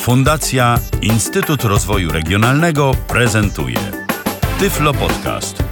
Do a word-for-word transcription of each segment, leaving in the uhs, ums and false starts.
Fundacja Instytut Rozwoju Regionalnego prezentuje Tyflo Podcast.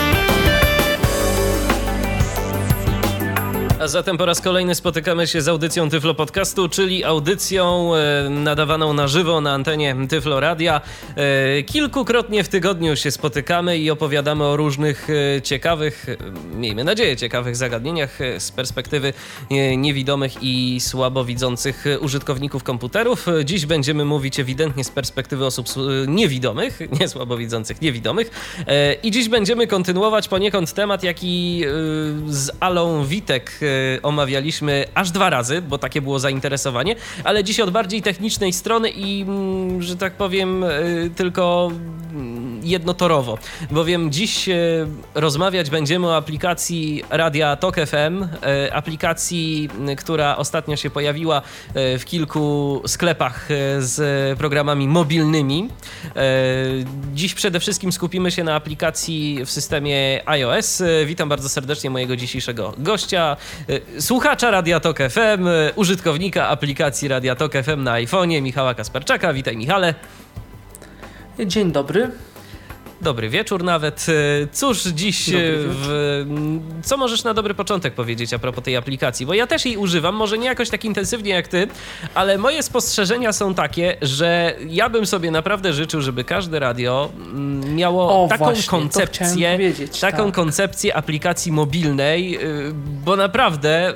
A zatem po raz kolejny spotykamy się z audycją Tyflo Podcastu, czyli audycją e, nadawaną na żywo na antenie Tyflo Radia. E, kilkukrotnie w tygodniu się spotykamy i opowiadamy o różnych e, ciekawych, e, miejmy nadzieję, ciekawych zagadnieniach e, z perspektywy e, niewidomych i słabowidzących użytkowników komputerów. Dziś będziemy mówić ewidentnie z perspektywy osób e, niewidomych, nie słabowidzących, niewidomych. E, I dziś będziemy kontynuować poniekąd temat, jaki e, z Alą Witek e, omawialiśmy aż dwa razy, bo takie było zainteresowanie, ale dziś od bardziej technicznej strony i, że tak powiem, tylko jednotorowo, bowiem dziś rozmawiać będziemy o aplikacji Radia Tok F M, aplikacji, która ostatnio się pojawiła w kilku sklepach z programami mobilnymi. Dziś przede wszystkim skupimy się na aplikacji w systemie iOS. Witam bardzo serdecznie mojego dzisiejszego gościa, słuchacza Radia Tok F M, użytkownika aplikacji Radia Tok F M na iPhone'ie, Michała Kasperczaka. Witaj, Michale. Dzień dobry. Dobry wieczór nawet. Cóż dziś, w, co możesz na dobry początek powiedzieć a propos tej aplikacji? Bo ja też jej używam, może nie jakoś tak intensywnie jak ty, ale moje spostrzeżenia są takie, że ja bym sobie naprawdę życzył, żeby każde radio miało o, taką właśnie, koncepcję, taką tak. koncepcję aplikacji mobilnej, bo naprawdę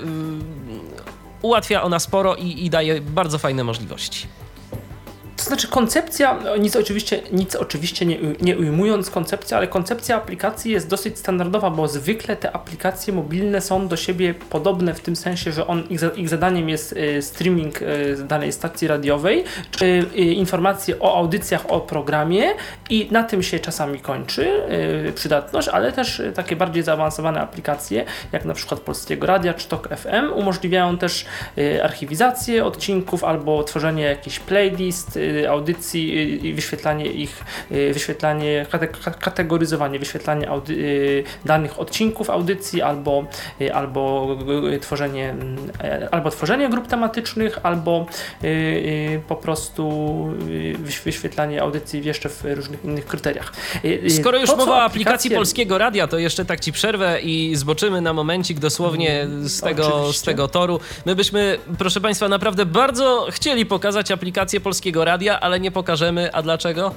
ułatwia ona sporo i, i daje bardzo fajne możliwości. To znaczy koncepcja, nic oczywiście, nic oczywiście nie, nie ujmując koncepcja, ale koncepcja aplikacji jest dosyć standardowa, bo zwykle te aplikacje mobilne są do siebie podobne w tym sensie, że on, ich, ich zadaniem jest streaming danej stacji radiowej, czy informacje o audycjach, o programie i na tym się czasami kończy przydatność, ale też takie bardziej zaawansowane aplikacje, jak na przykład Polskiego Radia czy Tok F M, umożliwiają też archiwizację odcinków albo tworzenie jakichś playlist, audycji i wyświetlanie ich, wyświetlanie, kategoryzowanie, wyświetlanie audy, danych odcinków audycji albo, albo tworzenie, albo tworzenie grup tematycznych, albo po prostu wyświetlanie audycji jeszcze w różnych innych kryteriach. Skoro już to, mowa o aplikacja... aplikacji Polskiego Radia, to jeszcze tak ci przerwę i zboczymy na momencik dosłownie z tego, z tego toru. My byśmy, proszę Państwa, naprawdę bardzo chcieli pokazać aplikację Polskiego Radia, ale nie pokażemy. A dlaczego?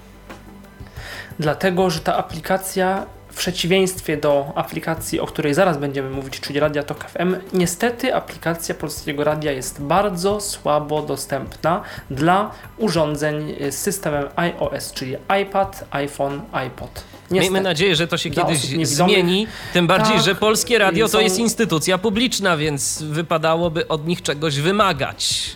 Dlatego, że ta aplikacja w przeciwieństwie do aplikacji, o której zaraz będziemy mówić, czyli Radia Tok F M, niestety aplikacja Polskiego Radia jest bardzo słabo dostępna dla urządzeń z systemem iOS, czyli iPad, iPhone, iPod. Niestety. Miejmy nadzieję, że to się kiedyś zmieni, tym bardziej, tak, że Polskie Radio są... to jest instytucja publiczna, więc wypadałoby od nich czegoś wymagać.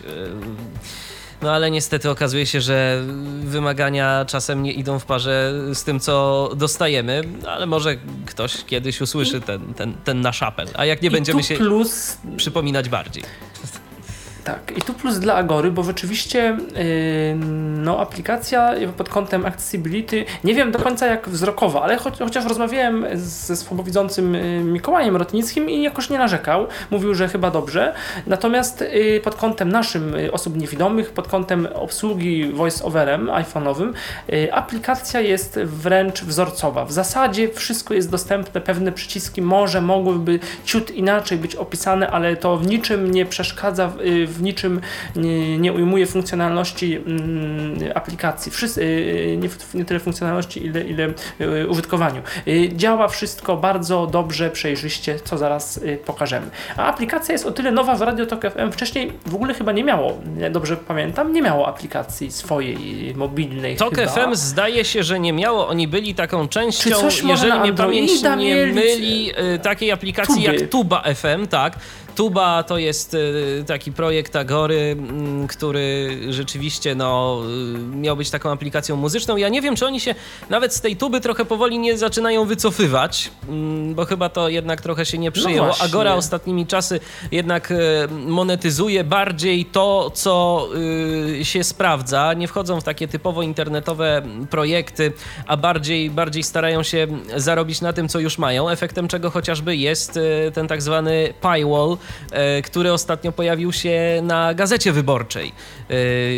No ale niestety okazuje się, że wymagania czasem nie idą w parze z tym, co dostajemy, ale może ktoś kiedyś usłyszy ten, ten, ten nasz apel, a jak nie I będziemy się plus... przypominać bardziej. Tak, i tu plus dla Agory, bo rzeczywiście yy, no, aplikacja pod kątem accessibility, nie wiem do końca jak wzrokowa, ale cho- chociaż rozmawiałem ze słabowidzącym Mikołajem Rotnickim i jakoś nie narzekał, mówił, że chyba dobrze, natomiast yy, pod kątem naszym yy, osób niewidomych, pod kątem obsługi voice-overem iPhone'owym, yy, aplikacja jest wręcz wzorcowa. W zasadzie wszystko jest dostępne, pewne przyciski może mogłyby ciut inaczej być opisane, ale to w niczym nie przeszkadza yy, w niczym nie, nie ujmuje funkcjonalności mm, aplikacji, Wszyscy, nie, nie tyle funkcjonalności, ile, ile y, użytkowaniu. Y, działa wszystko bardzo dobrze, przejrzyście, co zaraz y, pokażemy. A aplikacja jest o tyle nowa w Radio Tok F M. Wcześniej w ogóle chyba nie miało, ja dobrze pamiętam, nie miało aplikacji swojej mobilnej. Tok F M zdaje się, że nie miało. Oni byli taką częścią, jeżeli mnie pamięć nie myli, y, takiej aplikacji Tuby. jak Tuba F M, tak. Tuba to jest taki projekt Agory, który rzeczywiście no, miał być taką aplikacją muzyczną. Ja nie wiem, czy oni się nawet z tej Tuby trochę powoli nie zaczynają wycofywać, bo chyba to jednak trochę się nie przyjęło. No Agora ostatnimi czasy jednak monetyzuje bardziej to, co się sprawdza. Nie wchodzą w takie typowo internetowe projekty, a bardziej, bardziej starają się zarobić na tym, co już mają. Efektem czego chociażby jest ten tak zwany paywall, e, który ostatnio pojawił się na Gazecie Wyborczej e,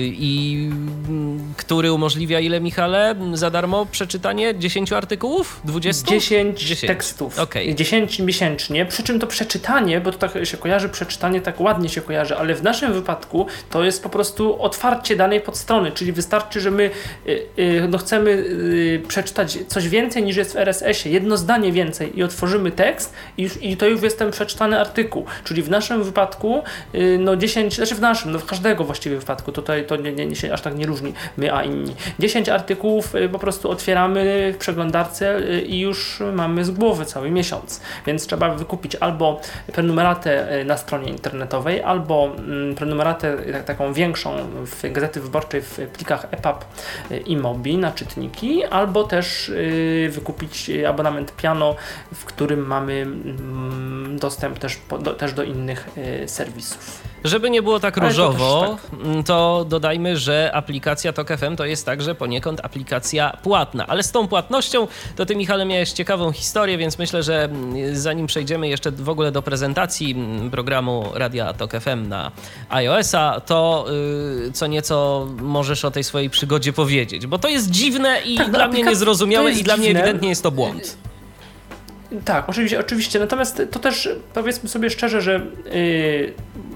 i m, który umożliwia ile, Michale? Za darmo przeczytanie dziesięciu artykułów? dwudziestu? dziesięć tekstów. Okay. dziesięć miesięcznie, przy czym to przeczytanie, bo to tak się kojarzy, przeczytanie tak ładnie się kojarzy, ale w naszym wypadku to jest po prostu otwarcie danej podstrony, czyli wystarczy, że my y, y, no chcemy y, przeczytać coś więcej niż jest w R S S-ie, jedno zdanie więcej i otworzymy tekst i, już, i to już jest ten przeczytany artykuł, czyli w naszym wypadku y, no dziesięć, znaczy w naszym, no w każdego właściwie wypadku, tutaj to nie, nie, nie się aż tak nie różni my a inni. dziesięć artykułów y, po prostu otwieramy w przeglądarce y, i już mamy z głowy cały miesiąc, więc trzeba wykupić albo prenumeratę y, na stronie internetowej, albo y, prenumeratę y, taką większą w Gazety Wyborczej w plikach E P U B i Mobi na czytniki, albo też y, wykupić abonament Piano, w którym mamy y, dostęp też, po, do, też do innych y, serwisów. Żeby nie było tak różowo, to, tak. to dodajmy, że aplikacja Tok F M to jest także poniekąd aplikacja płatna. Ale z tą płatnością to ty, Michale, miałeś ciekawą historię, więc myślę, że zanim przejdziemy jeszcze w ogóle do prezentacji programu Radia Tok F M na iOS-a, to yy, co nieco możesz o tej swojej przygodzie powiedzieć, bo to jest dziwne i tak, dla mnie niezrozumiałe i dla mnie dziwne. ewidentnie jest to błąd. Tak, oczywiście, oczywiście. Natomiast to też powiedzmy sobie szczerze, że yy,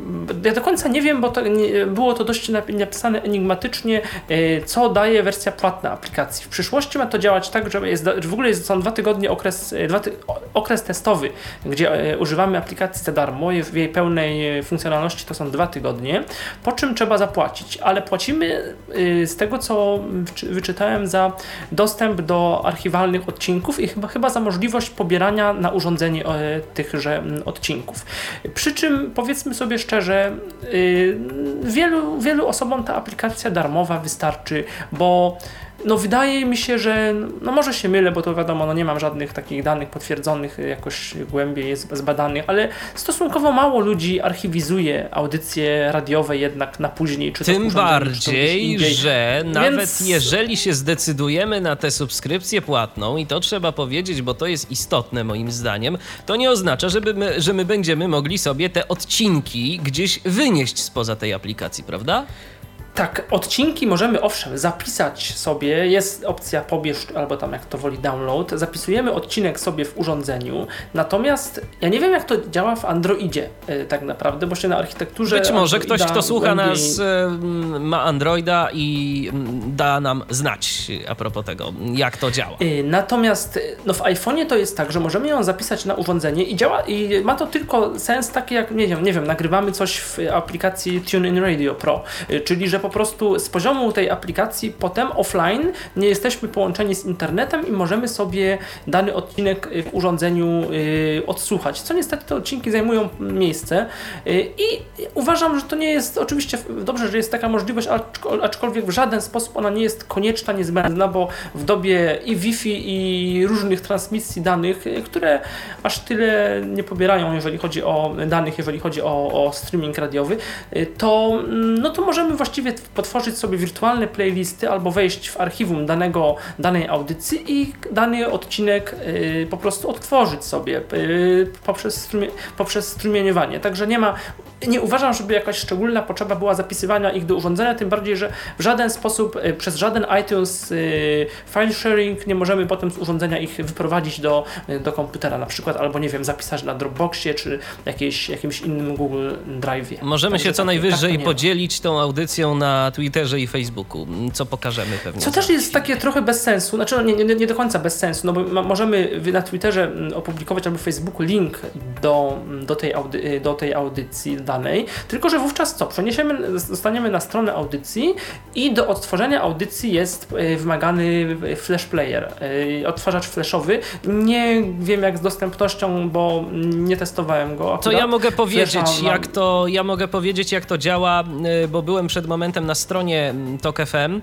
ja do końca nie wiem, bo to nie, było to dość napisane enigmatycznie, yy, co daje wersja płatna aplikacji. W przyszłości ma to działać tak, że, jest, że w ogóle jest, są dwa tygodnie okres, dwa ty, okres testowy, gdzie yy, używamy aplikacji za darmo. W jej pełnej funkcjonalności to są dwa tygodnie, po czym trzeba zapłacić, ale płacimy yy, z tego, co wyczytałem, za dostęp do archiwalnych odcinków i chyba, chyba za możliwość pobierania na urządzenie e, tychże odcinków. Przy czym powiedzmy sobie szczerze, y, wielu, wielu osobom ta aplikacja darmowa wystarczy, bo no wydaje mi się, że no może się mylę, bo to wiadomo, no nie mam żadnych takich danych potwierdzonych jakoś głębiej zbadanych, ale stosunkowo mało ludzi archiwizuje audycje radiowe jednak na później. Czy Tym bardziej, czy że Więc... nawet jeżeli się zdecydujemy na tę subskrypcję płatną, i to trzeba powiedzieć, bo to jest istotne moim zdaniem, to nie oznacza, żeby my, że my będziemy mogli sobie te odcinki gdzieś wynieść spoza tej aplikacji, prawda? Tak, odcinki możemy owszem zapisać sobie, jest opcja pobierz albo tam jak to woli download, zapisujemy odcinek sobie w urządzeniu, natomiast ja nie wiem jak to działa w Androidzie yy, tak naprawdę, bo się na architekturze Być może Androida ktoś, kto słucha głębiej... nas yy, ma Androida i yy, da nam znać a propos tego, jak to działa. Yy, natomiast no w iPhone'ie to jest tak, że możemy ją zapisać na urządzenie i działa i ma to tylko sens taki jak, nie wiem, nie wiem nagrywamy coś w aplikacji TuneIn Radio Pro, yy, czyli że po prostu z poziomu tej aplikacji potem offline nie jesteśmy połączeni z internetem i możemy sobie dany odcinek w urządzeniu y, odsłuchać. Co niestety te odcinki zajmują miejsce y, i uważam, że to nie jest oczywiście dobrze, że jest taka możliwość, aczkolwiek w żaden sposób ona nie jest konieczna, niezbędna, bo w dobie i Wi-Fi i różnych transmisji danych, y, które aż tyle nie pobierają, jeżeli chodzi o danych, jeżeli chodzi o, o streaming radiowy, y, to, no to możemy właściwie potworzyć sobie wirtualne playlisty albo wejść w archiwum danego, danej audycji i dany odcinek y, po prostu odtworzyć sobie y, poprzez, strumie, poprzez strumieniowanie. Także nie ma, nie uważam, żeby jakaś szczególna potrzeba była zapisywania ich do urządzenia, tym bardziej, że w żaden sposób y, przez żaden iTunes y, file sharing nie możemy potem z urządzenia ich wyprowadzić do, y, do komputera na przykład, albo nie wiem, zapisać na Dropboxie czy jakiejś, jakimś innym Google Drive'ie. Możemy Także się co tak, najwyżej tak podzielić tą audycją na Twitterze i Facebooku, co pokażemy pewnie. Co też jest takie trochę bez sensu, znaczy no nie, nie, nie do końca bez sensu, no bo ma, możemy na Twitterze opublikować albo Facebooku link do, do, tej audy, do tej audycji danej, tylko że wówczas co? Przeniesiemy, zostaniemy na stronę audycji i do odtworzenia audycji jest wymagany flash player, odtwarzacz flashowy. Nie wiem jak z dostępnością, bo nie testowałem go. To ja mogę powiedzieć, Flasha, jak to, ja mogę powiedzieć, jak to działa, bo byłem przed momentem na stronie Tok F M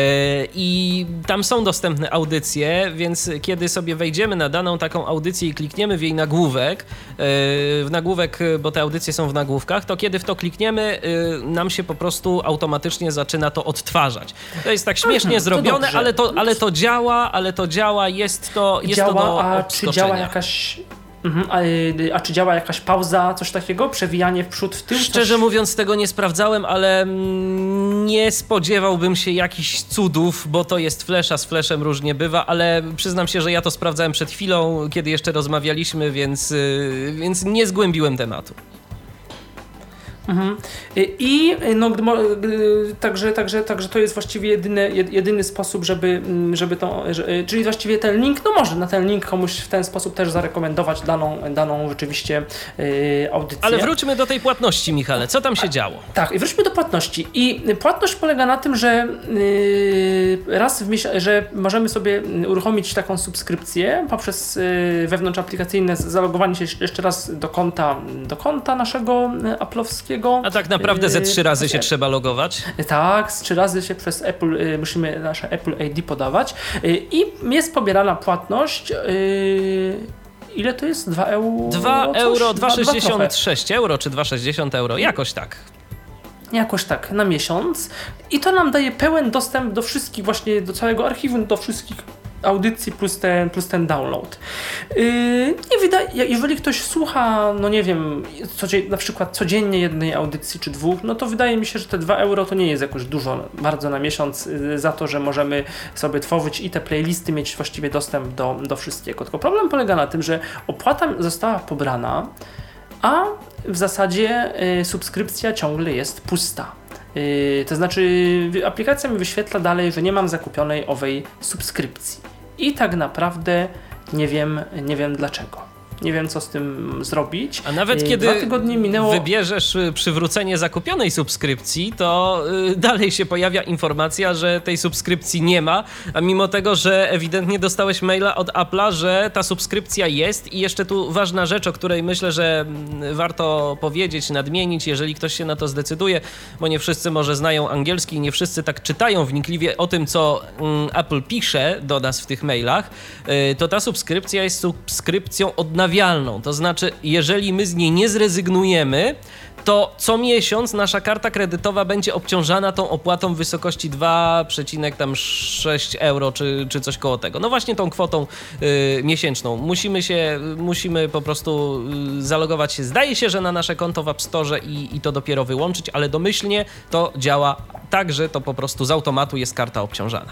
i tam są dostępne audycje, więc kiedy sobie wejdziemy na daną taką audycję i klikniemy w jej nagłówek, w nagłówek, bo te audycje są w nagłówkach, to kiedy w to klikniemy, nam się po prostu automatycznie zaczyna to odtwarzać. To jest tak śmiesznie Aha, zrobione, to ale, to, ale to działa, ale to działa, jest to, jest działa, to do a odskoczenia. czy działa jakaś Mhm. A, a czy działa jakaś pauza, coś takiego? Przewijanie w przód, w tył? Szczerze coś... mówiąc, tego nie sprawdzałem, ale nie spodziewałbym się jakichś cudów, bo to jest flash, a z flashem różnie bywa, ale przyznam się, że ja to sprawdzałem przed chwilą, kiedy jeszcze rozmawialiśmy, więc, więc nie zgłębiłem tematu. Mhm. I no, także, także, także to jest właściwie jedyny, jedyny sposób, żeby, żeby to, czyli właściwie ten link, no może na ten link komuś w ten sposób też zarekomendować daną, daną rzeczywiście yy, audycję. Ale wróćmy do tej płatności, Michale, co tam się działo? Tak, i wróćmy do płatności. I płatność polega na tym, że yy, raz w miesiącu, że możemy sobie uruchomić taką subskrypcję poprzez yy, wewnątrzaplikacyjne zalogowanie się jeszcze raz do konta, do konta naszego aplowskiego. A tak naprawdę ze trzy razy się trzeba logować? Tak, z trzy razy się przez Apple, musimy nasze Apple I D podawać i jest pobierana płatność. Ile to jest? dwa euro? dwa euro, dwa sześćdziesiąt sześć euro czy dwa sześćdziesiąt euro, jakoś tak. Jakoś tak, na miesiąc. I to nam daje pełen dostęp do wszystkich, właśnie do całego archiwum, do wszystkich audycji plus ten, plus ten download. Yy, nie wydaje, jeżeli ktoś słucha, no nie wiem, codzien, na przykład codziennie jednej audycji czy dwóch, no to wydaje mi się, że te dwa euro to nie jest jakoś dużo bardzo na miesiąc yy, za to, że możemy sobie tworzyć i te playlisty, mieć właściwie dostęp do, do wszystkiego. Tylko problem polega na tym, że opłata została pobrana, a w zasadzie yy, subskrypcja ciągle jest pusta. Yy, to znaczy aplikacja mi wyświetla dalej, że nie mam zakupionej owej subskrypcji. I tak naprawdę nie wiem, nie wiem dlaczego. Nie wiem, co z tym zrobić. A nawet yy, kiedy dwa tygodnie minęło... wybierzesz przywrócenie zakupionej subskrypcji, to yy, dalej się pojawia informacja, że tej subskrypcji nie ma, a mimo tego, że ewidentnie dostałeś maila od Apple'a, że ta subskrypcja jest. I jeszcze tu ważna rzecz, o której myślę, że warto powiedzieć, nadmienić, jeżeli ktoś się na to zdecyduje, bo nie wszyscy może znają angielski i nie wszyscy tak czytają wnikliwie o tym, co mm, Apple pisze do nas w tych mailach, yy, to ta subskrypcja jest subskrypcją odnawialną. To znaczy, jeżeli my z niej nie zrezygnujemy, to co miesiąc nasza karta kredytowa będzie obciążana tą opłatą w wysokości dwa przecinek sześć euro czy, czy coś koło tego. No właśnie tą kwotą y, miesięczną. Musimy się, musimy po prostu y, zalogować się. Zdaje się, że na nasze konto w App Store i, i to dopiero wyłączyć, ale domyślnie to działa tak, że to po prostu z automatu jest karta obciążana.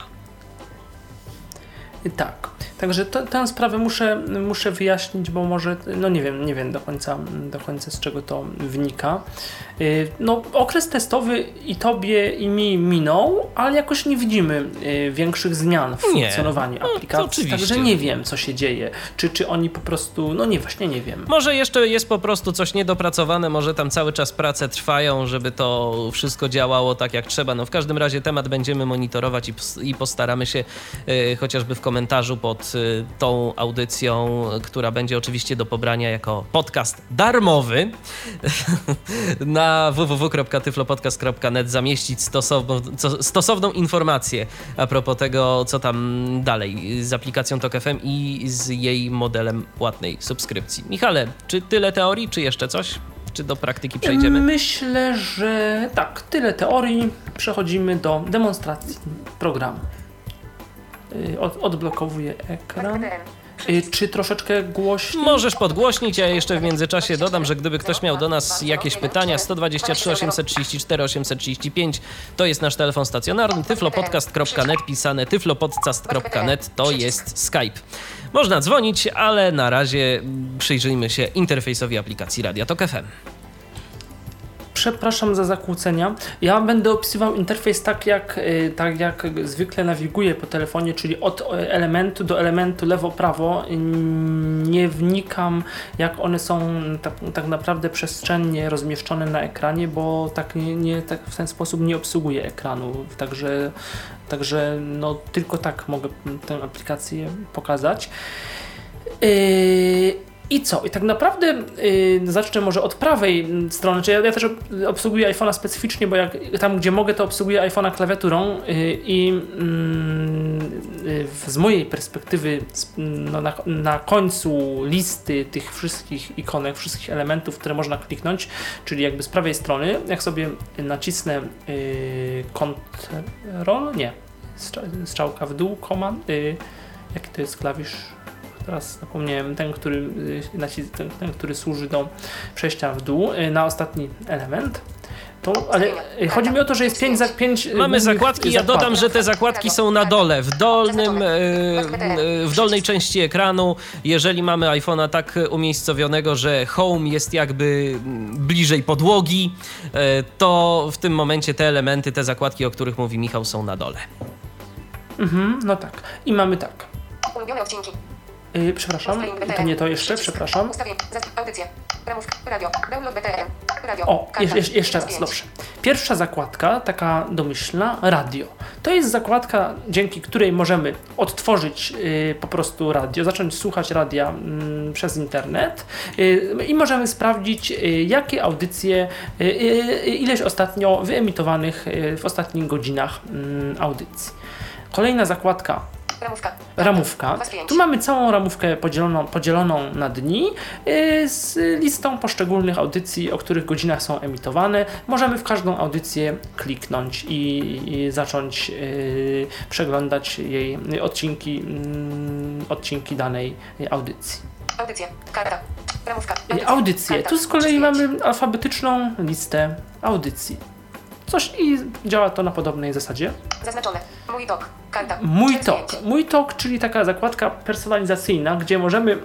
Tak, także to, tę sprawę muszę, muszę wyjaśnić, bo może, no nie wiem, nie wiem do końca, do końca z czego to wynika. No, okres testowy i tobie, i mi minął, ale jakoś nie widzimy większych zmian w funkcjonowaniu nie. No, aplikacji, także nie wiem, co się dzieje. Czy, czy oni po prostu, no nie, właśnie nie wiem. Może jeszcze jest po prostu coś niedopracowane, może tam cały czas prace trwają, żeby to wszystko działało tak jak trzeba. No w każdym razie temat będziemy monitorować i, i postaramy się y, chociażby w komentarzu pod y, tą audycją, która będzie oczywiście do pobrania jako podcast darmowy na na w w w kropka tyflopodcast kropka net zamieścić stosowną, stosowną informację a propos tego, co tam dalej z aplikacją Tok F M i z jej modelem płatnej subskrypcji. Michale, czy tyle teorii, czy jeszcze coś? Czy do praktyki przejdziemy? Myślę, że tak, tyle teorii. Przechodzimy do demonstracji programu. Od, odblokowuję ekran. Czy troszeczkę głośniej? Możesz podgłośnić, ja jeszcze w międzyczasie dodam, że gdyby ktoś miał do nas jakieś pytania, sto dwadzieścia trzy osiemset trzydzieści cztery osiemset trzydzieści pięć to jest nasz telefon stacjonarny, tyflopodcast kropka net pisane tyflopodcast kropka net to jest Skype. Można dzwonić, ale na razie przyjrzyjmy się interfejsowi aplikacji Radia Tok F M. Przepraszam za zakłócenia. Ja będę opisywał interfejs tak jak, tak jak zwykle nawiguję po telefonie, czyli od elementu do elementu lewo-prawo. Nie wnikam, jak one są tak, tak naprawdę przestrzennie rozmieszczone na ekranie, bo tak, nie, nie, tak w ten sposób nie obsługuję ekranu. Także, także no, tylko tak mogę tę aplikację pokazać. Yy... I co? I tak naprawdę yy, zacznę może od prawej strony, czyli ja, ja też obsługuję iPhone'a specyficznie, bo jak tam, gdzie mogę, to obsługuję iPhone'a klawiaturą yy, i yy, z mojej perspektywy no, na, na końcu listy tych wszystkich ikonek, wszystkich elementów, które można kliknąć, czyli jakby z prawej strony, jak sobie nacisnę yy, Ctrl, nie, strzałka w dół, command, yy, jaki to jest klawisz? teraz zapomniałem, ten, który, ten, ten, który służy do przejścia w dół, na ostatni element. To, ale chodzi mi o to, że jest pięć, pięć Mamy zakładki, ja dodam, że te zakładki są na dole, w dolnym, w dolnej części ekranu. Jeżeli mamy iPhone'a tak umiejscowionego, że Home jest jakby bliżej podłogi, to w tym momencie te elementy, te zakładki, o których mówi Michał, są na dole. Mhm, no tak. I mamy tak. Ulubione odcinki. Yy, przepraszam, to nie to jeszcze, przepraszam. Audycje, ramówka, radio, download B T M, radio. O, je, jeszcze raz, dobrze. Pierwsza zakładka, taka domyślna, radio. To jest zakładka, dzięki której możemy odtworzyć yy, po prostu radio, zacząć słuchać radia yy, przez internet yy, i możemy sprawdzić, yy, jakie audycje, yy, yy, ileś ostatnio wyemitowanych yy, w ostatnich godzinach yy, audycji. Kolejna zakładka. Ramówka. Ramówka. Tu mamy całą ramówkę podzieloną, podzieloną na dni yy, z listą poszczególnych audycji, o których godzinach są emitowane. Możemy w każdą audycję kliknąć i, i zacząć yy, przeglądać jej odcinki, yy, odcinki danej audycji. Audycje, karta, ramówka. Audycje. audycje. Tu z kolei mamy alfabetyczną listę audycji. Coś i działa to na podobnej zasadzie. Zaznaczone. Mój tok. Karta. Mój tok. Mój tok, czyli taka zakładka personalizacyjna, gdzie możemy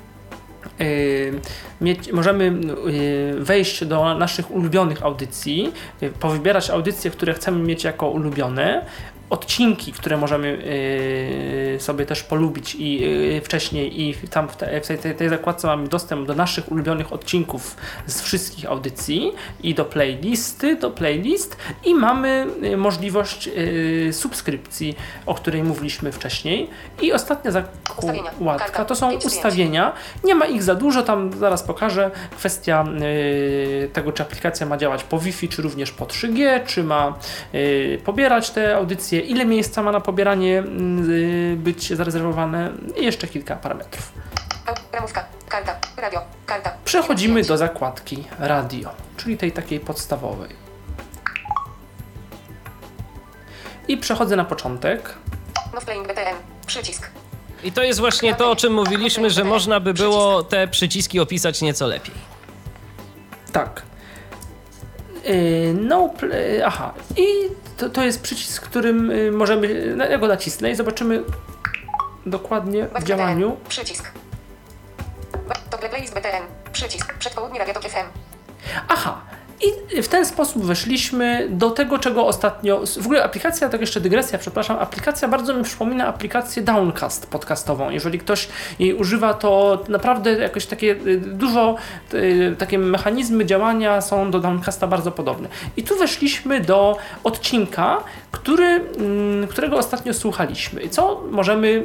Yy, mieć, możemy yy, wejść do naszych ulubionych audycji, yy, powybierać audycje, które chcemy mieć jako ulubione, odcinki, które możemy yy, sobie też polubić i yy, wcześniej i tam w, te, w tej, tej zakładce mamy dostęp do naszych ulubionych odcinków z wszystkich audycji i do playlisty, do playlist i mamy yy, możliwość yy, subskrypcji, o której mówiliśmy wcześniej. I ostatnia zakładka to są ustawienia. Nie ma ich za dużo, tam zaraz pokażę. Kwestia yy, tego, czy aplikacja ma działać po Wi-Fi, czy również po trzy G, czy ma yy, pobierać te audycje, ile miejsca ma na pobieranie yy, być zarezerwowane i jeszcze kilka parametrów. Ramówka, karta, radio, karta. Przechodzimy do zakładki radio, czyli tej takiej podstawowej. I przechodzę na początek. Move playing B T M, przycisk. I to jest właśnie to, o czym mówiliśmy, że można by było te przyciski opisać nieco lepiej. Tak. Yy, no, play, aha. I to, to jest przycisk, którym możemy, ja go nacisnę i zobaczymy dokładnie w działaniu. Przycisk. To playlist B T M, przycisk. Przedpołudnie Radio Tok F M. Aha. I w ten sposób weszliśmy do tego, czego ostatnio... W ogóle aplikacja, tak jeszcze dygresja, przepraszam, aplikacja bardzo mi przypomina aplikację Downcast podcastową. Jeżeli ktoś jej używa, to naprawdę jakoś takie dużo, takie mechanizmy działania są do Downcasta bardzo podobne. I tu weszliśmy do odcinka, który, którego ostatnio słuchaliśmy. I co możemy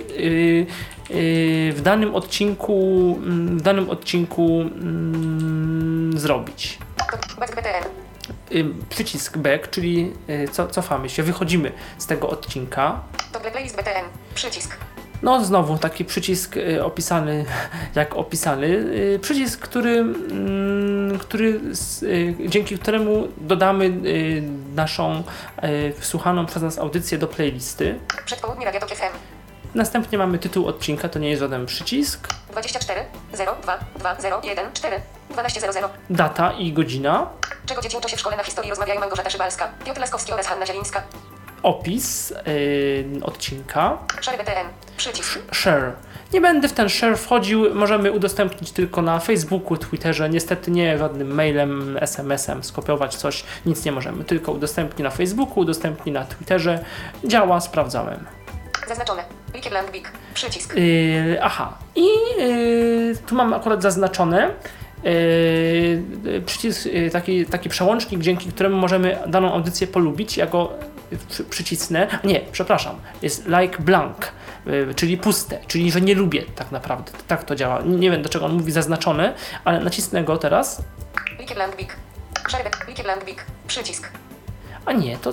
w danym odcinku, w danym odcinku zrobić? Back B T M. Przycisk back, czyli co, cofamy się, wychodzimy z tego odcinka. To playlist B T M, przycisk. No znowu taki przycisk opisany jak opisany. Przycisk, który, który dzięki któremu dodamy naszą wsłuchaną przez nas audycję do playlisty. Przedpołudnie Radio Tok F M. Następnie mamy tytuł odcinka, to nie jest żaden przycisk. dwadzieścia cztery zero dwa dwa zero jeden cztery dwanaście zero zero. Data i godzina. Czego dzieci uczą się w szkole na historii rozmawiają Małgorzata Szybalska, Piotr Laskowski oraz Hanna Zielińska. Opis yy, odcinka. Share B T M, przycisk. Share. Nie będę w ten share wchodził, możemy udostępnić tylko na Facebooku, Twitterze, niestety nie żadnym mailem, es em esem, skopiować coś, nic nie możemy, tylko udostępnij na Facebooku, udostępnij na Twitterze, działa, sprawdzałem. Zaznaczone. Wiki Blank Big. Przycisk. Yy, aha. I yy, tu mam akurat zaznaczone yy, przycisk, yy, taki, taki przełącznik, dzięki któremu możemy daną audycję polubić. Ja go przy, przycisnę. Nie, przepraszam. Jest like blank, yy, czyli puste, czyli że nie lubię tak naprawdę. Tak to działa. Nie wiem, do czego on mówi zaznaczone, ale nacisnę go teraz. Wiki Blank Big. Wiki Blank Big. Przycisk. A nie, to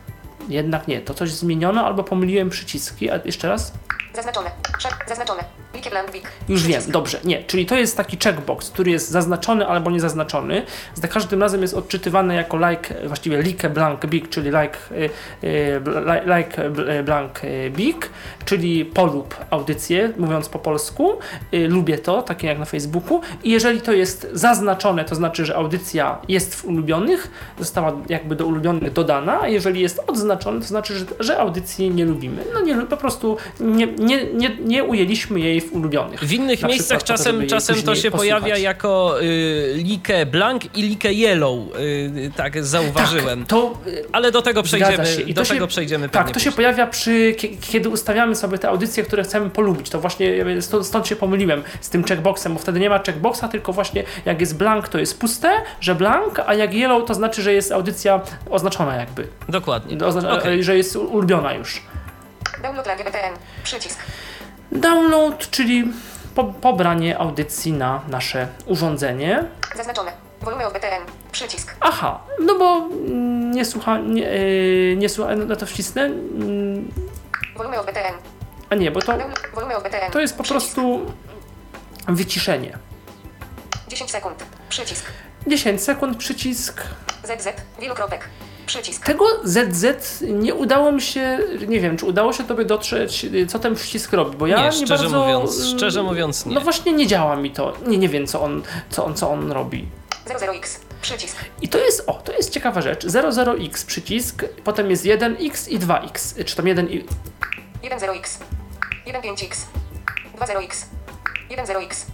jednak nie, to coś zmieniono albo pomyliłem przyciski. A jeszcze raz? Zaznaczone. Zaznaczone. Like blank big. Już wiem, Przycisk. dobrze, nie, czyli to jest taki checkbox, który jest zaznaczony albo niezaznaczony. Za każdym razem jest odczytywany jako like, właściwie like blank big, czyli like, y, y, like y, blank y, big, czyli polub audycję, mówiąc po polsku. Y, lubię to, takie jak na Facebooku. I jeżeli to jest zaznaczone, to znaczy, że audycja jest w ulubionych, została jakby do ulubionych dodana, a jeżeli jest odznaczone, to znaczy, że, że audycji nie lubimy. No nie, po prostu nie, nie, nie, nie ujęliśmy jej w ulubionych. W innych Na miejscach przykład po to, czasem, żeby jej czasem to później się posłuchać. pojawia jako y, like blank i like yellow, y, tak zauważyłem. Tak, to, y, Ale do tego przejdziemy, się. I do to tego się, przejdziemy Tak, pewnie to się później. pojawia przy, kiedy ustawiamy sobie te audycje, które chcemy polubić. To właśnie stąd, stąd się pomyliłem z tym checkboxem, bo wtedy nie ma checkboxa, tylko właśnie jak jest blank, to jest puste, że blank, a jak yellow, to znaczy, że jest audycja oznaczona jakby. Dokładnie. Oznacza, Okej. że jest ulubiona już. Download L G B T N. Przycisk. Download, czyli po, pobranie audycji na nasze urządzenie. Zaznaczone. Volume of B T N. Przycisk. Aha, no bo mm, nie słucha, nie, yy, nie słucha, no to wcisnę. Mm, Volume of B T N. a nie, bo to, Download. Volume of B T N. to jest po Przycisk. prostu wyciszenie. dziesięć sekund. Przycisk. dziesięć sekund, przycisk. Z Z. Wielokropek. Przycisk. Tego Z Z nie udało mi się, nie wiem, czy udało się tobie dotrzeć, co ten przycisk robi, bo ja Nie, nie, szczerze bardzo... mówiąc, szczerze mówiąc nie. No właśnie nie działa mi to, nie, nie wiem co on, co on, co on robi. zero zero X. Przycisk. I to jest, o, to jest ciekawa rzecz, zero zero X przycisk, potem jest jeden X i dwa X, czy tam jeden i... jeden zero X. jeden pięć X. dwa zero X. jeden zero X.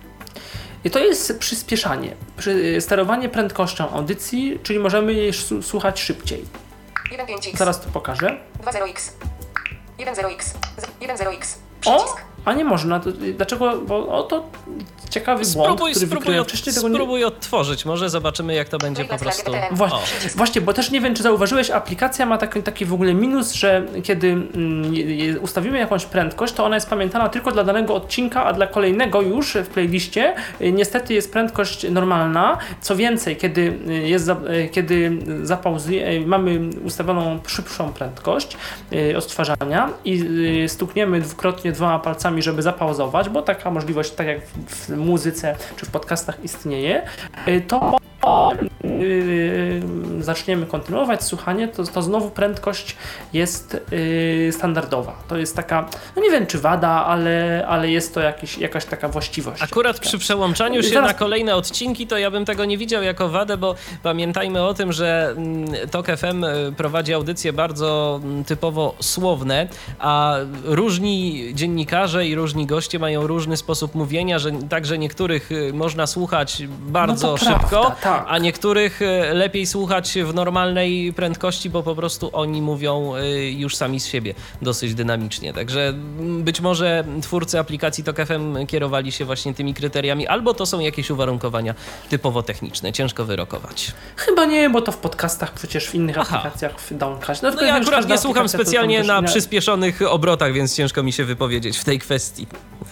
I to jest przyspieszanie, przy, sterowanie prędkością audycji, czyli możemy jej s- słuchać szybciej. jeden pięć X. Zaraz to pokażę. dwa zero X. jeden zero X. jeden zero X. O, Przycisk. a nie można, to, dlaczego, bo o, to ciekawy błąd, Spróbuj, który spróbuj, wykryłem od, wcześniej, tego nie... spróbuj odtworzyć, może zobaczymy jak to będzie po prostu... Właśnie, O. właśnie, bo też nie wiem, czy zauważyłeś, aplikacja ma taki, taki w ogóle minus, że kiedy mm, je- je- ustawimy jakąś prędkość, to ona jest pamiętana tylko dla danego odcinka, a dla kolejnego już w playliście y, niestety jest prędkość normalna. Co więcej, kiedy, y, jest za, y, kiedy zapauzuje, y, mamy ustawioną szybszą prędkość y, odtwarzania i y, stukniemy dwukrotnie dwoma palcami, żeby zapauzować, bo taka możliwość, tak jak w, w muzyce czy w podcastach istnieje, y, to Yy, zaczniemy kontynuować słuchanie, to, to znowu prędkość jest yy, standardowa. To jest taka, no nie wiem czy wada, ale, ale jest to jakiś, jakaś taka właściwość. Akurat przy przełączaniu się Zaraz- na kolejne odcinki, to ja bym tego nie widział jako wadę, bo pamiętajmy o tym, że mm, Tok F M y, prowadzi audycje bardzo mm, typowo słowne, a różni dziennikarze i różni goście mają różny sposób mówienia, że także niektórych y, można słuchać bardzo No to szybko, prawda, tak. a niektórych y, lepiej słuchać w normalnej prędkości, bo po prostu oni mówią y, już sami z siebie dosyć dynamicznie. Także mm, być może twórcy aplikacji Tok F M kierowali się właśnie tymi kryteriami, albo to są jakieś uwarunkowania typowo techniczne, ciężko wyrokować. Chyba nie, bo to w podcastach, przecież w innych Aha. aplikacjach w Downcast. No ja akurat nie słucham specjalnie na przy... przyspieszonych obrotach, więc ciężko mi się wypowiedzieć w tej kwestii.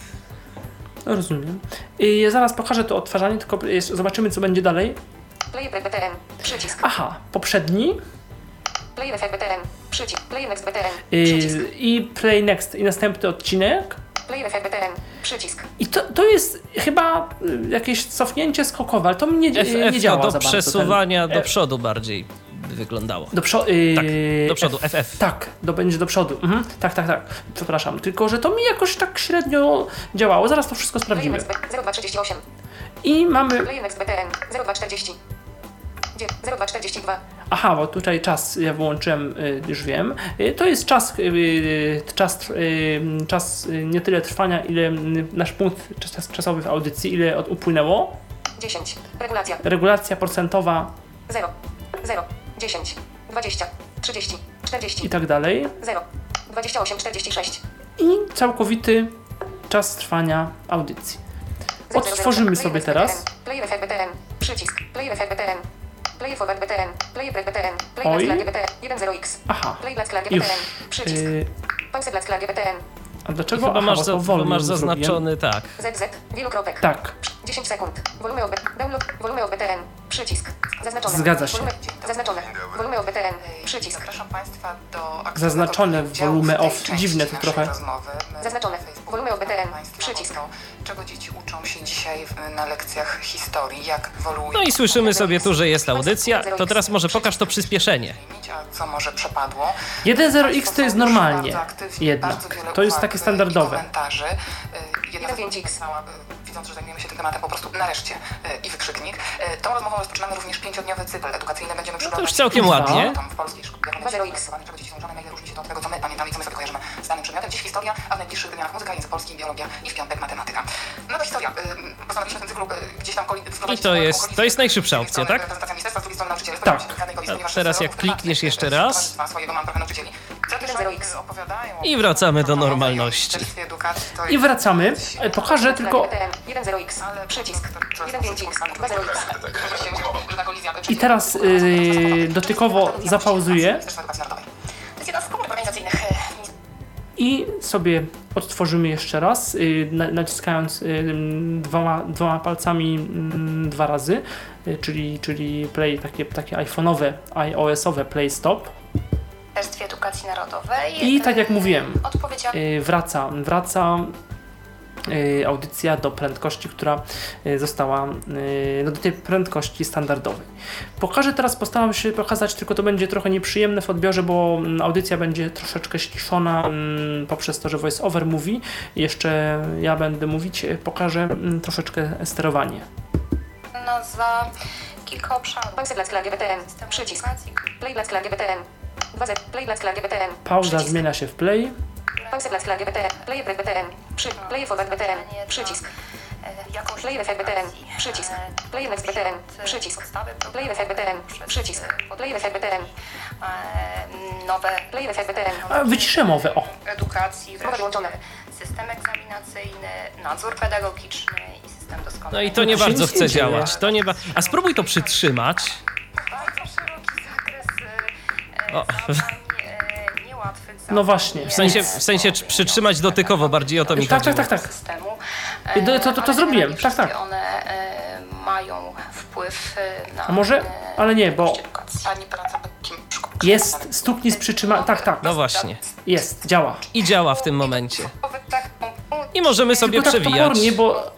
Rozumiem. I zaraz pokażę to odtwarzanie, tylko jest, zobaczymy co będzie dalej. Play B T N. Przycisk. Aha, poprzedni Play F B T N. Przycisk. Play Next B T N. yy, Przycisk. i play next i następny odcinek. Play F B T N. Przycisk. I to, to jest chyba y, jakieś cofnięcie skokowe, ale to mnie nie, F nie F działa to za do bardzo. przesuwania ten, do e, przodu bardziej by wyglądało. Do, przo- yy, Tak, do przodu, F F. Tak, do, będzie do przodu. Mhm. Tak, tak, tak. Przepraszam. Tylko, że to mi jakoś tak średnio działało. Zaraz to wszystko Play sprawdzimy. Next zero dwa trzydzieści osiem. I mamy... Play Next B T N. zero dwa czterdzieści. zero dwa czterdzieści dwa. Aha, bo tutaj czas ja wyłączyłem, y, już wiem. Y, to jest czas, y, czas, y, czas y, nie tyle trwania, ile y, nasz punkt czas, czasowy w audycji, ile od upłynęło. dziesięć. Regulacja. Regulacja procentowa zero. zero. dziesięć. dwadzieścia. trzydzieści. czterdzieści. i tak dalej. zero. dwadzieścia osiem. czterdzieści sześć. I całkowity czas trwania audycji. Odtworzymy sobie teraz. Play F B T N. Przycisk. Play F B T N. Play forward B T N. Play break B T N. Play Oj. black B T N. jeden zero X. Aha, Play black G P już. T N. Przycisk. Y, Pause black G P T N. a dlaczego? Chyba Aha, masz, bo za, to chyba wolno masz zrobiłem. zaznaczony, tak. Z Z. Wielokropek. Tak. dziesięć sekund. Volume of B Download. Volume of B T N. Przycisk. Zaznaczone. Zgadza się. Volume, zaznaczone. Volume of B T N. Przycisk. Zapraszam Państwa do Zaznaczone aktywnego volume udziału w of. tej części Dziwne to naszej trochę. rozmowy. My Zaznaczone. na Facebooku Volume of B T N. Państwo Przycisk. aplikacjach historii, jak ewoluuje. No i słyszymy sobie tu, że jest audycja, to teraz może pokaż to przyspieszenie. A co może przepadło? jeden zero x to jest normalnie Bardzo aktywnie, jednak. bardzo wiele To jest uwag takie i standardowe. komentarzy. Y, Jedna z napisała, y, widząc, że zajmujemy się tym tematem, po prostu nareszcie y, i wykrzyknik. Y, Tą rozmową rozpoczynamy również pięciodniowy cykl edukacyjny. Będziemy No to przyglądać już całkiem się ładnie. tam w polskiej szkole, dwa zero x. czego dzieci są uczone, na ile różni się to od tego, co my pamiętamy i co my sobie kojarzymy z danym przedmiotem. Dziś historia, a w najbliższych dniach muzyka, język polski, biologia i w piątek matematyka. No to historia. Y, Postanowiliśmy w tym cyklu y, gdzieś tam I to jest- to jest najszybsza opcja, tak? Tak. A teraz jak klikniesz jeszcze raz i wracamy do normalności. I wracamy. E, Pokażę tylko... jeden zero x. Przycisk. jeden pięć x. dwa zero x. I teraz yy, dotykowo zapauzuję To jest jedna z komórek organizacyjnych. i sobie odtworzymy jeszcze raz, yy, na- naciskając yy, dwoma, dwoma palcami yy, dwa razy, yy, czyli, czyli play, takie, takie iPhone'owe, iOS-owe play stop. W Ministerstwie Edukacji Narodowej. I tak jak mówiłem, Odpowiedzialny yy, wraca, wraca yy, audycja do prędkości, która yy, została, yy, no do tej prędkości standardowej. Pokażę teraz, postaram się pokazać, tylko to będzie trochę nieprzyjemne w odbiorze, bo mm, audycja będzie troszeczkę ściszona mm, poprzez to, że voice over mówi. Jeszcze ja będę mówić, yy, pokażę mm, troszeczkę sterowanie. no, za kilka obszarów. Pauza dla skla G B T N. Systemu Przycisk. edukacji, Play dla skla G B T N. dwa zero. Play dla skla G B T N. Pauza Przycisk. zmienia się w play. Pauza dla skla G B T N. Play break B T N. Przy. Play forward B T N. pytanie Przycisk. dla, e, jakąś Play effect B T N. edukacji, Przycisk. e, Play next B T N. wśród, e, Przycisk. podstawy Play effect B T N. przez, Przycisk. e, Play effect B T N. e, nowe Play effect B T N. A, wyciszę mowę, o. edukacji, Mowa wreszcie wyłączona. system egzaminacyjny, nadzór pedagogiczny i system doskonalenia. No i to nie To się bardzo nic nie chce dzieje. działać. To nie ba... A spróbuj to przytrzymać. Bardzo szeroki zakres e, O. zadań, e, niełatwych zadań. No właśnie, W sensie, w sensie czy przytrzymać dotykowo, bardziej o to mi Tak, chodziło. tak, tak, tak. Systemu. I to- to- to- to ale zrobiłem, nie tak, tak. wszystkie one e, mają wpływ e, na A może? e, Ale nie, bo edukacji. Pani praca takim jest stuknij z przytrzyma... Tak, tak, No właśnie. jest, działa. I działa w tym momencie. I możemy sobie Tylko tak przewijać. topornie, bo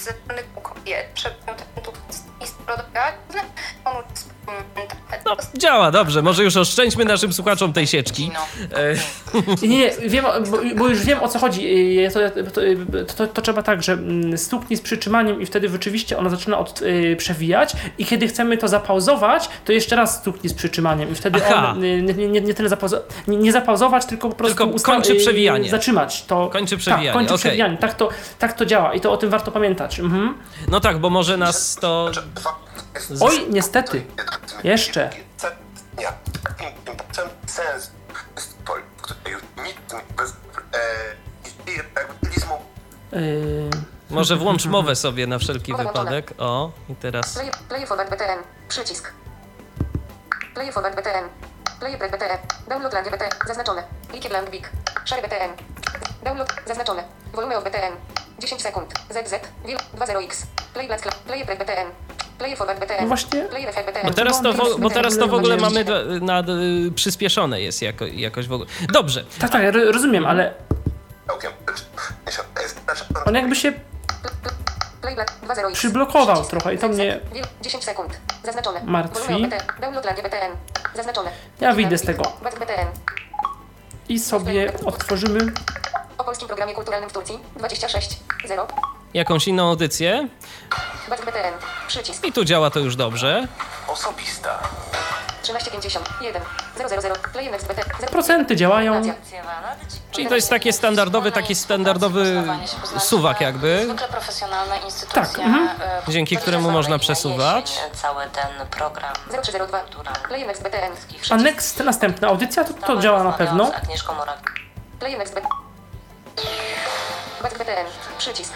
No, działa, dobrze. Może już oszczędźmy naszym słuchaczom tej sieczki. E, Nie, nie, wiem, bo, bo już wiem o co chodzi. To, to, to, to trzeba tak, że mm, stuknij z przytrzymaniem i wtedy rzeczywiście ona zaczyna od, y, przewijać i kiedy chcemy to zapauzować, to jeszcze raz stuknij z przytrzymaniem i wtedy Aha. on y, nie, nie, nie tyle zapauzo- nie, nie zapauzować, tylko po prostu Tylko kończy y, przewijanie. zatrzymać. To, Kończy przewijanie, Tak, kończy okej. przewijanie. Tak to, tak to działa i to o tym warto pamiętać. Mhm. No tak, bo może nas to... Oj, niestety. Jeszcze. Ja. Sens, który nikt bez realizmu. Y, Może włącz mowę sobie na wszelki Mowa włączona. wypadek. O, i teraz... Play, play forward B T N. Przycisk. Play forward B T N. Play break B T N. Download lang B T N. Zaznaczone. Likier lang big. Szary B T N. Download. Zaznaczone. Volume of B T N. dziesięć sekund. Z Z. Wil. dwa zero x. Play black. Play break B T N. Play forward B T N. No właśnie. Play effect B T N. Bo teraz to, wo- bo teraz to w ogóle mamy Będzie- do- na, y, przyspieszone jest jako, jakoś w ogóle. Dobrze. Tak, tak, ro- rozumiem, ale Całkiem. on jakby się Play black. dwa zero x. przyblokował Przycisk. trochę i to mnie... Wil. dziesięć sekund. Zaznaczone. Martwi. Volume of B T N. Download lang B T N. Zaznaczone. Ja wyjdę z tego. Back B T N. I sobie odtworzymy. O polskim programie kulturalnym w Turcji. dwadzieścia sześć zero. Jakąś inną audycję. Back B T N. Przycisk. I tu działa to już dobrze. Osobista. trzynaście pięćdziesiąt jeden zero zero zero. Play next B T N. Procenty działają. Czyli to jest takie standardowy, taki standardowy suwak jakby, Zwykle profesjonalna instytucja, Tak, mhm. e, dzięki któremu można przesuwać. jesień, cały ten program zero trzy zero dwa. kulturalny. Play next B T N. A next, następna audycja, to, to działa na pewno. Z Agnieszką Morak. Play next B T N. Back B T N. Przycisk.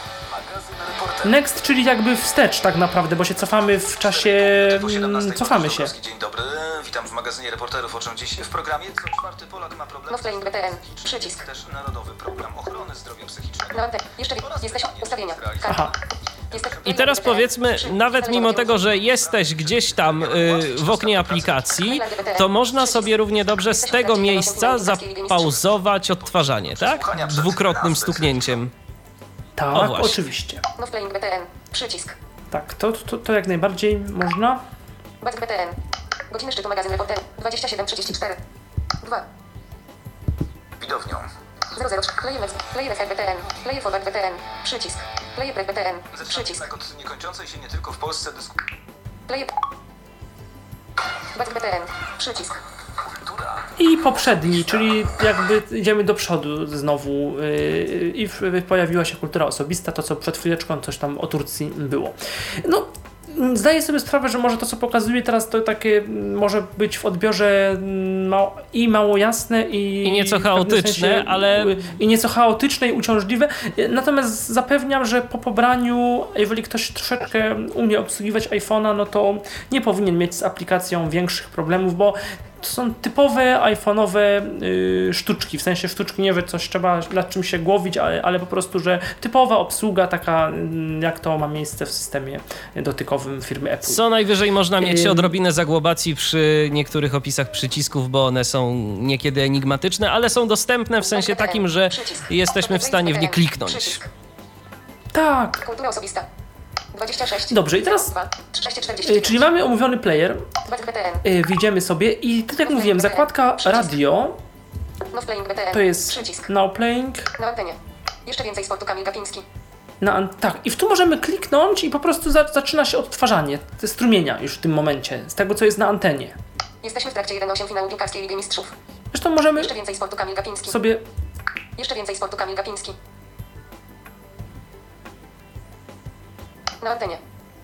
Next, czyli jakby wstecz tak naprawdę, bo się cofamy w czasie... mm, Cofamy się. Dzień dobry, witam w magazynie reporterów, o czym dziś w programie. Co czwarty Polak ma problem No playing B T N. Przycisk. też Narodowy Program Ochrony Zdrowia Psychicznego. No anten. Jeszcze wi- jesteś ustawienia. Aha. Jesteś. I teraz powiedzmy, nawet mimo tego, że jesteś gdzieś tam y, w oknie aplikacji, to można sobie równie dobrze z tego miejsca zapauzować odtwarzanie, tak? Dwukrotnym stuknięciem. Tak, O, właśnie. oczywiście. No playing B T N. Przycisk. Tak, to, to, to jak najbardziej można. Back B T N. Godziny szczytu magazyn reporter. dwadzieścia siedem trzydzieści cztery. dwa. Widownią. zero zero. Player next. Player F B T N. Player forward B T N. Przycisk. Player break B T N. Zaczynamy Przycisk. jednak od niekończącej się nie tylko w Polsce dyskusji. Player. Back B T N. Przycisk. I poprzedni, czyli jakby idziemy do przodu znowu yy, i w, pojawiła się kultura osobista, to co przed chwileczką coś tam o Turcji było. No, zdaję sobie sprawę, że może to co pokazuję teraz to takie może być w odbiorze mało, i mało jasne i, I nieco chaotyczne, sensie, ale... i nieco chaotyczne i uciążliwe, natomiast zapewniam, że po pobraniu, jeżeli ktoś troszeczkę umie obsługiwać iPhone'a, no to nie powinien mieć z aplikacją większych problemów, bo to są typowe iPhone'owe y, sztuczki, w sensie sztuczki nie, że coś trzeba nad czym się głowić, ale, ale po prostu, że typowa obsługa taka, y, jak to ma miejsce w systemie dotykowym firmy Apple. Co najwyżej można mieć Ym. odrobinę zagłobacji przy niektórych opisach przycisków, bo one są niekiedy enigmatyczne, ale są dostępne w sensie takim, że jesteśmy w stanie w nie kliknąć. Tak. Kultura osobista. dwadzieścia sześć. Dobrze, i teraz, y, czyli mamy omówiony player, y, wejdziemy sobie i tak jak mówiłem, zakładka radio to jest now playing. Na antenie. Jeszcze więcej sportu Kamil Gapiński. Na an- tak, i w tu możemy kliknąć i po prostu za- zaczyna się odtwarzanie te strumienia już w tym momencie, z tego co jest na antenie. Jesteśmy w trakcie jeden osiem finału piłkarskiej Ligi Mistrzów. Zresztą możemy Jeszcze więcej sportu Kamil Gapiński. sobie... Jeszcze więcej sportu Kamil Gapiński. Na antenie.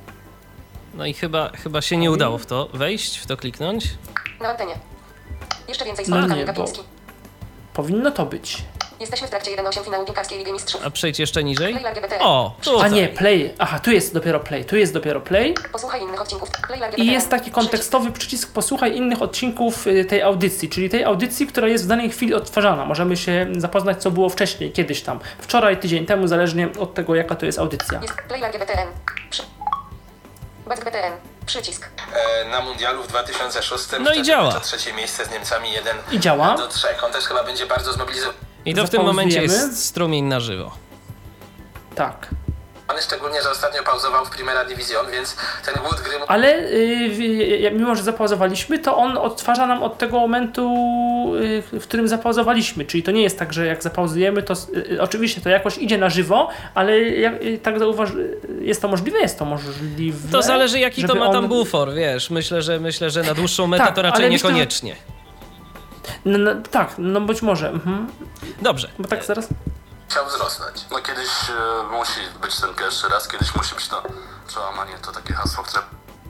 No i chyba, chyba się nie udało w to wejść, w to kliknąć. Na antenie. Jeszcze więcej No sportu nie, Kamil bo Gapiński. powinno to być. Jesteśmy w trakcie jeden osiem finału piłkarskiej Ligi Mistrzów. A przejdź jeszcze niżej. Play L G B T. O, A tutaj. nie, play. Aha, tu jest dopiero play, tu jest dopiero play. Posłuchaj innych odcinków. Play L G B T. I jest taki kontekstowy przycisk posłuchaj innych odcinków y, tej audycji, czyli tej audycji, która jest w danej chwili odtwarzana. Możemy się zapoznać, co było wcześniej, kiedyś tam. Wczoraj, tydzień temu, zależnie od tego, jaka to jest audycja. Jest Play L G B T N. Przy... Back B T N. Przycisk. E, na mundialu w dwa tysiące szóstym No i działa. to trzecie miejsce z Niemcami jeden I działa. do trzech. On też chyba będzie bardzo zmobilizowany, I to w tym momencie Zapauzujemy. jest strumień na żywo. Tak. szczególnie, że ostatnio pauzował w Primera Division, więc ten głód gry... Ale yy, mimo, że zapauzowaliśmy, to on odtwarza nam od tego momentu, yy, w którym zapauzowaliśmy. Czyli to nie jest tak, że jak zapauzujemy, to yy, oczywiście to jakoś idzie na żywo, ale jak, yy, tak zauważ, jest to możliwe? Jest to możliwe. To zależy, jaki to ma on... tam bufor, wiesz. Myślę, że myślę, że na dłuższą metę tak, to raczej ale niekoniecznie. Myślę, no, no, tak, no być może. Mhm. Dobrze. Bo tak zaraz... Chciał wzrosnąć. No kiedyś e, musi być ten pierwszy raz, kiedyś musi być to przełamanie, to takie hasło, które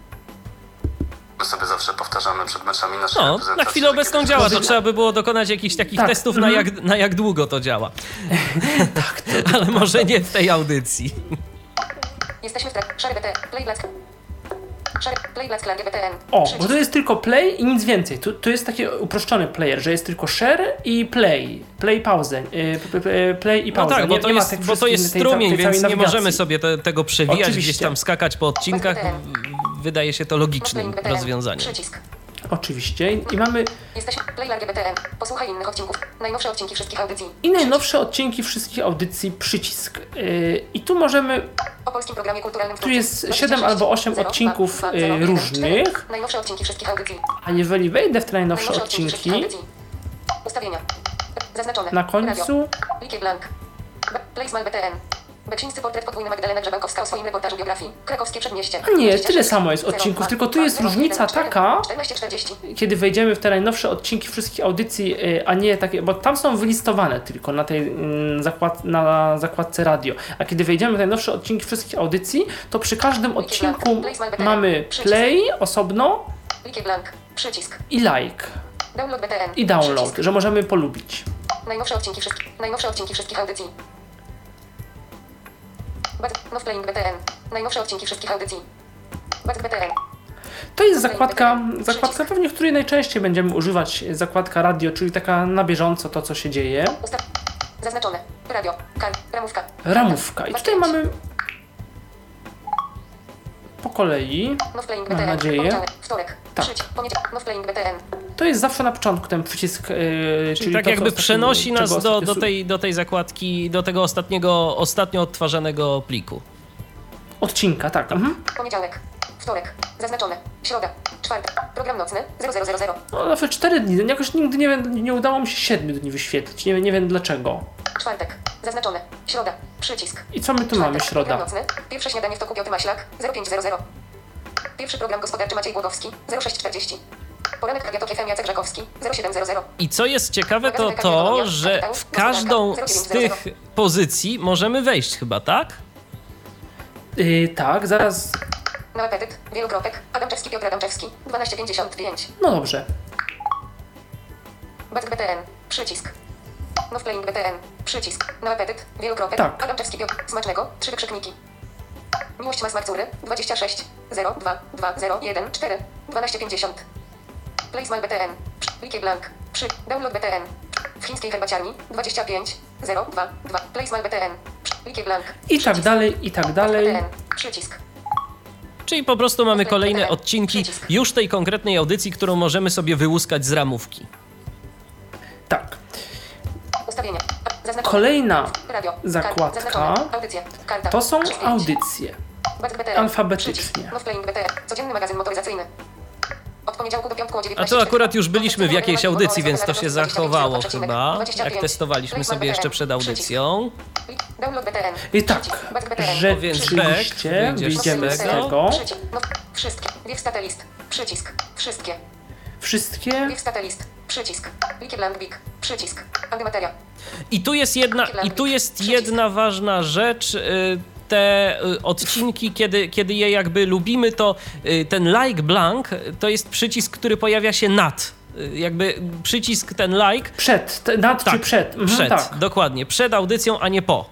my sobie zawsze powtarzamy przed meczami naszej No, reprezentacji. na chwilę obecną działa, to trzeba by było dokonać jakichś takich tak. testów, na jak, na jak długo to działa. tak, to, Ale może nie w tej audycji. Jesteśmy w trakcie. Szary B T. Play Black. Szary Play Black L G B T N. O, bo to jest tylko play i nic więcej. Tu, tu jest taki uproszczony player, że jest tylko share i play. Play, pauzę. Yy, play i No pauzę. tak, bo nie, to nie ma jest, tych bo to jest wszystkich- tej strumień, ca- tej więc całej nie nawigacji. możemy sobie te, tego przewijać, Oczywiście. gdzieś tam skakać po odcinkach. Wydaje się to logicznym rozwiązaniem. Przycisk. Oczywiście. I, i mamy Jesteśmy Play L G B T N. Posłuchaj innych odcinków. Najnowsze odcinki wszystkich audycji. i najnowsze odcinki wszystkich audycji, przycisk. Yy, I tu możemy... O polskim programie kulturalnym. Tu jest siedem albo osiem odcinków y, różnych. Najnowsze odcinki wszystkich audycji. A jeżeli wejdę w te najnowsze Najnowsze odcinki wszystkich odcinki, audycji. Ustawienia. Zaznaczone. na końcu... Likie blank. Play Small B T N. Beksińscy portret podwójny Magdalena Grzebankowska o swoim reportażu biografii. Krakowskie Przedmieście. A nie, tyle samo jest odcinków, tylko tu jest różnica taka, czternaście czterdzieści. kiedy wejdziemy w te najnowsze odcinki wszystkich audycji, y, a nie takie, bo tam są wylistowane tylko na tej mm, zakład, na zakładce radio, a kiedy wejdziemy w te najnowsze odcinki wszystkich audycji, to przy każdym odcinku mamy play osobno Likie blank. Przycisk. i like Download B T N. i download, Przycisk. że możemy polubić. Najnowsze odcinki wszystkich. Najnowsze odcinki wszystkich audycji. Now playing B T N. Najnowsze odcinki wszystkich audycji. Back B T N. To jest zakładka, zakładka pewnie, której najczęściej będziemy używać, zakładka radio, czyli taka na bieżąco to, co się dzieje. Ustaw. Zaznaczone. Radio. Kar. Ramówka. Ramówka. I tutaj mamy po kolei, Now playing mam B T N. nadzieję. Poniedziałek. Wtorek. Tak. Trzeci. Poniedziałek. Now playing B T N. To jest zawsze na początku ten przycisk, yy, czyli, Czyli tak to, co jakby ostatnio- przenosi czego nas do, ostatnio do, su- tej, do tej zakładki, do tego ostatniego, ostatnio odtwarzanego pliku. Odcinka, tak. Mhm. Poniedziałek, wtorek, zaznaczone, środa, czwartek, program nocny zero zero zero zero. No zawsze cztery dni, jakoś nigdy nie, wiem, nie udało mi się siedmiu dni wyświetlić, nie, nie wiem dlaczego. Czwartek, zaznaczone, środa, przycisk. I co my tu Czwartek, mamy, środa? Program nocny, pierwsze śniadanie w toku Piotr Maślak, zero pięć zero zero. Pierwszy program gospodarczy Maciej Głogowski, zero sześć czterdzieści. Poranek Radia Tok F M Jacek Żakowski, zero siedem zero zero. I co jest ciekawe, to to, że w każdą z tych pozycji możemy wejść chyba, tak? Yy, tak, zaraz... Na apetyt, wielokropek, Adamczewski Piotr Adamczewski, dwanaście pięćdziesiąt pięć. No dobrze. Back B T N, przycisk. No playing B T N, przycisk. Na apetyt, wielokropek, Tak. Adamczewski Piotr, smacznego, trzy wykrzykniki. Miłość ma smak córy, dwadzieścia sześć, zero dwa dwa zero jeden cztery, dwanaście pięćdziesiąt. Play Small B T N, Likie Blank, przy, download B T N. W chińskiej herbaciarni, dwadzieścia pięć, zero dwa dwa, Play Small B T N, Likie Blank. I tak dalej, i tak dalej. B T N, przycisk. Czyli po prostu mamy kolejne odcinki już tej konkretnej audycji, którą możemy sobie wyłuskać z ramówki. Tak. Ustawienia. Zaznaczone. Kolejna Radio. zakładka Zaznaczone. Audycje. Karta. to są trzy z pięć. audycje Back B T N. alfabetycznie. Przycisk. No playing B T N. Codzienny magazyn motoryzacyjny. Od poniedziałku do piątku o A dziewiętnaście. to akurat już byliśmy w jakiejś audycji, więc to się zachowało chyba, jak testowaliśmy sobie jeszcze przed audycją. Download B T N. I tak, Back B T N. rzeczywiście wyjdziemy z tego. Przycisk. No, wszystkie. Wiew list. Przycisk. Wszystkie. Wszystkie. Wiew list. Przycisk. Likie Blank Big. Przycisk. Antymateria. I tu jest jedna, i tu jest jedna ważna rzecz. Te odcinki, kiedy, kiedy je jakby lubimy, to ten like blank to jest przycisk, który pojawia się nad. Jakby przycisk ten like. Przed, te, nad tak, czy przed? Mhm, przed, tak. Dokładnie. Przed audycją, a nie po.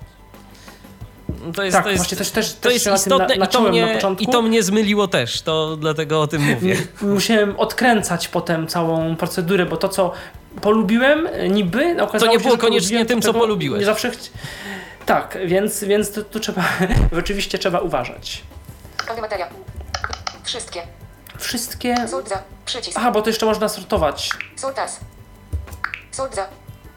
To jest, tak, to jest, właśnie też, też, to też jest się istotne na, i, to mnie, na początku. i to mnie zmyliło też, to dlatego o tym mówię. Musiałem odkręcać potem całą procedurę, bo to co polubiłem niby, okazało to nie się, było że koniecznie tym, co polubiłeś. Nie zawsze chci... Tak, więc, więc tu, tu trzeba, rzeczywiście trzeba uważać. Antymateria. Wszystkie. Wszystkie... Sort za. Przycisk. Aha, bo to jeszcze można sortować. Sort as. Sort za.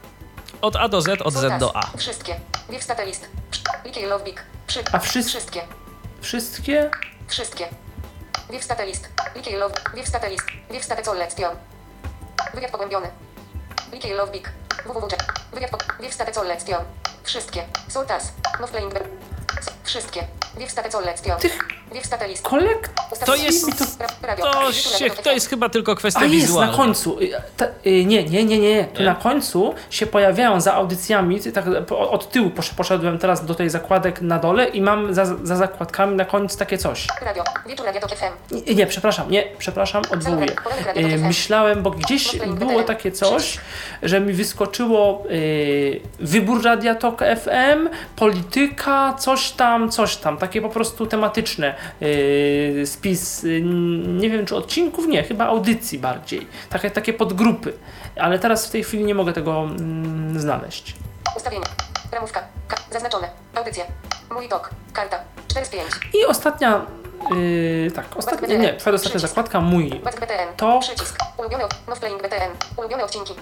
Od A do Z, od Z do A. Wszystkie. Wiew list. Likie Love Big. Przy... A wszyscy... Wszystkie. Wszystkie? Wszystkie. Wiew list. Likie Love. Wiew list. Wiew Collection. Wywiad pogłębiony. Likie Love Big. www. Wywiad po... Wiew Collection. Wszystkie. Sort as. No playing. Wszystkie. Wiew Collection. Tych... Wiew list. Kolek... To jest... To, się, to jest chyba tylko kwestia A jest, wizualna. na końcu. Ta, y, nie, nie, nie, nie. Tu na końcu się pojawiają za audycjami, tak od tyłu poszedłem teraz do tej zakładek na dole i mam za, za zakładkami na końcu takie coś. Radio. Wieczór Radio Tok F M. Nie, nie, przepraszam, nie, przepraszam, odwołuję. Y, myślałem, bo gdzieś było takie coś, że mi wyskoczyło y, wybór Radia Tok F M, polityka, coś tam, coś tam. Takie po prostu tematyczne y, spis, y, nie wiem czy odcinków, nie, chyba audycji bardziej. Takie, takie podgrupy. Ale teraz w tej chwili nie mogę tego mm, znaleźć. Ustawienia. Ramówka. Ka- zaznaczone. Audycje. Mój tok. Karta. cztery z pięć. I ostatnia, yy, tak, ostatnia, nie, przedostatnia zakładka, mój to. Przycisk. Ulubione, no playing B T N. Ulubione odcinki.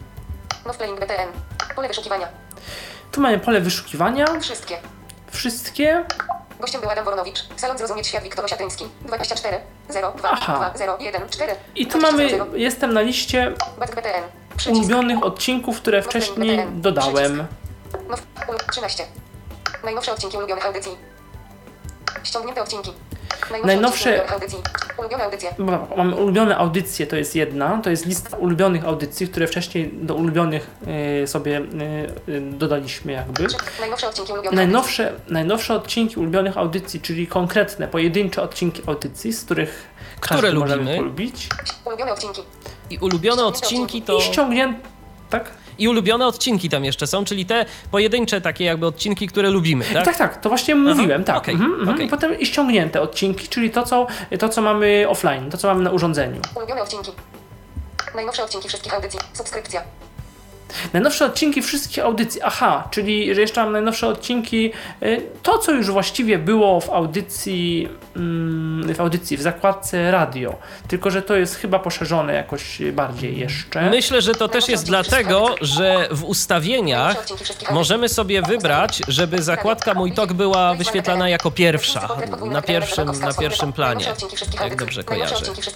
No playing B T N. Pole wyszukiwania. Tu mamy pole wyszukiwania. Wszystkie. Wszystkie. Gościem był Adam Woronowicz. Salon Zrozumieć Świat Wiktor Osiatyński. dwadzieścia cztery zero dwa dwa zero jeden cztery. I tu mamy, jestem na liście ulubionych odcinków, które wcześniej dodałem. No, trzynaście. Najnowsze odcinki ulubionych audycji. Ściągnięte odcinki. Najnowsze, Najnowsze ulubionych audycji. Ulubione audycje. Mamy ulubione audycje, to jest jedna, to jest lista ulubionych audycji, które wcześniej do ulubionych y, sobie y, y, dodaliśmy jakby. Najnowsze odcinki ulubionych najnowsze, najnowsze odcinki ulubionych audycji, czyli konkretne, pojedyncze odcinki audycji, z których które lubimy. możemy polubić. Ulubione odcinki. I ulubione odcinki to... I ściągnięte, tak? I ulubione odcinki tam jeszcze są, czyli te pojedyncze takie jakby odcinki, które lubimy, tak? Tak, tak, to właśnie mówiłem, Aha, tak. okay, mhm, okay. I potem i ściągnięte odcinki, czyli to co, to, co mamy offline, to, co mamy na urządzeniu. Ulubione odcinki. Najnowsze odcinki wszystkich audycji. Subskrypcja. Najnowsze odcinki wszystkich audycji. Aha, czyli że jeszcze mam najnowsze odcinki. To, co już właściwie było w audycji, w audycji, w zakładce radio. Tylko, że to jest chyba poszerzone jakoś bardziej jeszcze. Myślę, że to też jest dlatego, że w ustawieniach możemy sobie wybrać, żeby zakładka Mój Tok była wyświetlana jako pierwsza. Na pierwszym, na pierwszym planie. Jak dobrze kojarzę.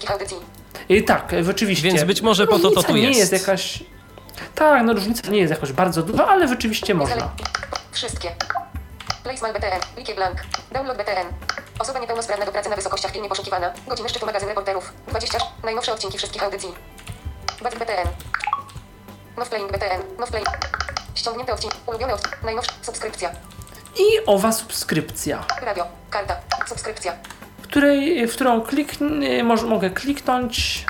I tak, rzeczywiście. Więc być może po to to tu nie jest. jest jakaś... Tak, no różnica nie jest jakoś bardzo duża, ale rzeczywiście można. Wszystkie. Placemal B T N, Wiki Blank, Download B T N. Osoba niepełnosprawna do pracy na wysokościach pilnie poszukiwana. Godziny szczytu magazyn reporterów. dwadzieścia. Najnowsze odcinki wszystkich audycji. Back B T N. Now playing B T N. Now play. Ściągnięte odcinki. Ulubione odcinki. Najnowsza subskrypcja. I owa subskrypcja. Radio. Karta. Subskrypcja. Której, w którą kliknę, może, mogę kliknąć.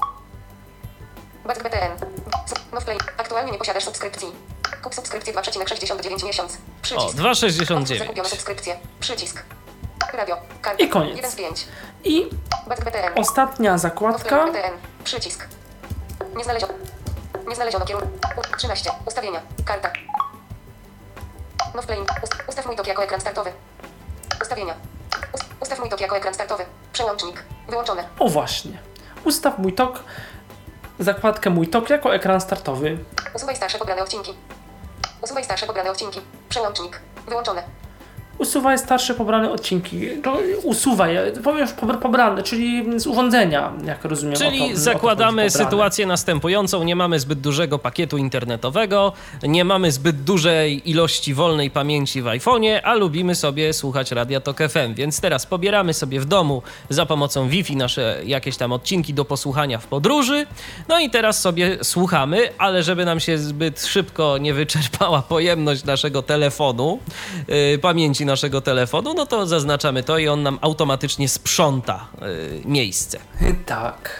Back B T N. Now play. Aktualnie nie posiadasz subskrypcji. Kup subskrypcję dwa przecinek sześćdziesiąt dziewięć miesiąc. Przycisk. O, dwa przecinek sześćdziesiąt dziewięć. Zakupione subskrypcje. Przycisk. Radio. Karta. I koniec. jeden z pięć. I Back B T N. ostatnia zakładka. B T N. Przycisk. Nie znaleziono. Nie znaleziono kierunku. trzynaście. Ustawienia. Karta. Now playing. Ust- ustaw mój tok jako ekran startowy. Ustawienia. Ust- ustaw mój tok jako ekran startowy. Przełącznik. Wyłączone. O właśnie. Ustaw mój tok. Zakładkę Mój Tok jako ekran startowy. Usuwaj starsze pobrane odcinki. Usuwaj starsze pobrane odcinki. Przełącznik. Wyłączone. Usuwaj starsze pobrane odcinki. To usuwaj, powiem już pobrane, czyli z urządzenia, jak rozumiem. Czyli o to, zakładamy o to sytuację następującą. Nie mamy zbyt dużego pakietu internetowego, nie mamy zbyt dużej ilości wolnej pamięci w iPhone'ie, a lubimy sobie słuchać Radia Tok F M. Więc teraz pobieramy sobie w domu za pomocą Wi-Fi nasze jakieś tam odcinki do posłuchania w podróży. No i teraz sobie słuchamy, ale żeby nam się zbyt szybko nie wyczerpała pojemność naszego telefonu, yy, pamięci naszego telefonu, no to zaznaczamy to i on nam automatycznie sprząta y, miejsce. Tak.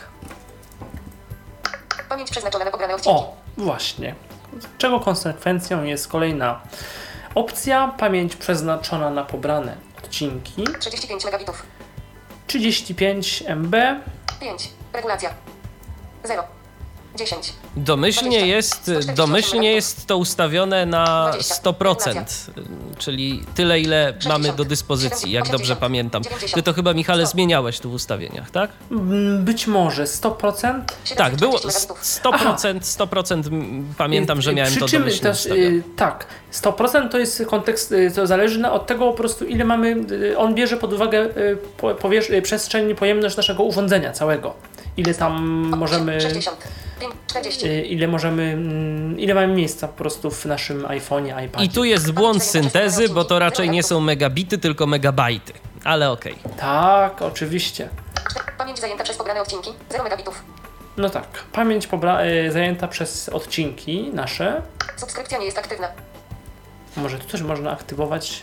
Pamięć przeznaczona na pobrane odcinki. O, właśnie. Czego konsekwencją jest kolejna opcja. Pamięć przeznaczona na pobrane odcinki. trzydzieści pięć megabitów. trzydzieści pięć megabytów. pięć. Regulacja. zero. dziesięć. Domyślnie jest, domyślnie jest to ustawione na sto procent, czyli tyle, ile mamy do dyspozycji, jak dobrze pamiętam. Ty to chyba, Michale, zmieniałeś tu w ustawieniach, tak? Być może sto procent. Tak, było sto procent, sto procent pamiętam, że miałem to domyślnie też, ustawione. Tak, sto procent to jest kontekst, to zależy od tego po prostu, ile mamy, on bierze pod uwagę powierz- przestrzeń, pojemność naszego urządzenia całego. Ile tam możemy... sześćdziesiąt. czterdzieści. Ile możemy, ile mamy miejsca po prostu w naszym iPhone'ie, iPadzie. I tu jest błąd syntezy, bo to raczej nie są megabity, tylko megabajty. Ale okej. Okay. Tak, oczywiście. Pamięć zajęta przez pobrane odcinki. zero megabitów. No tak, pamięć pobra- y, zajęta przez odcinki nasze. Subskrypcja nie jest aktywna. Może to też można aktywować.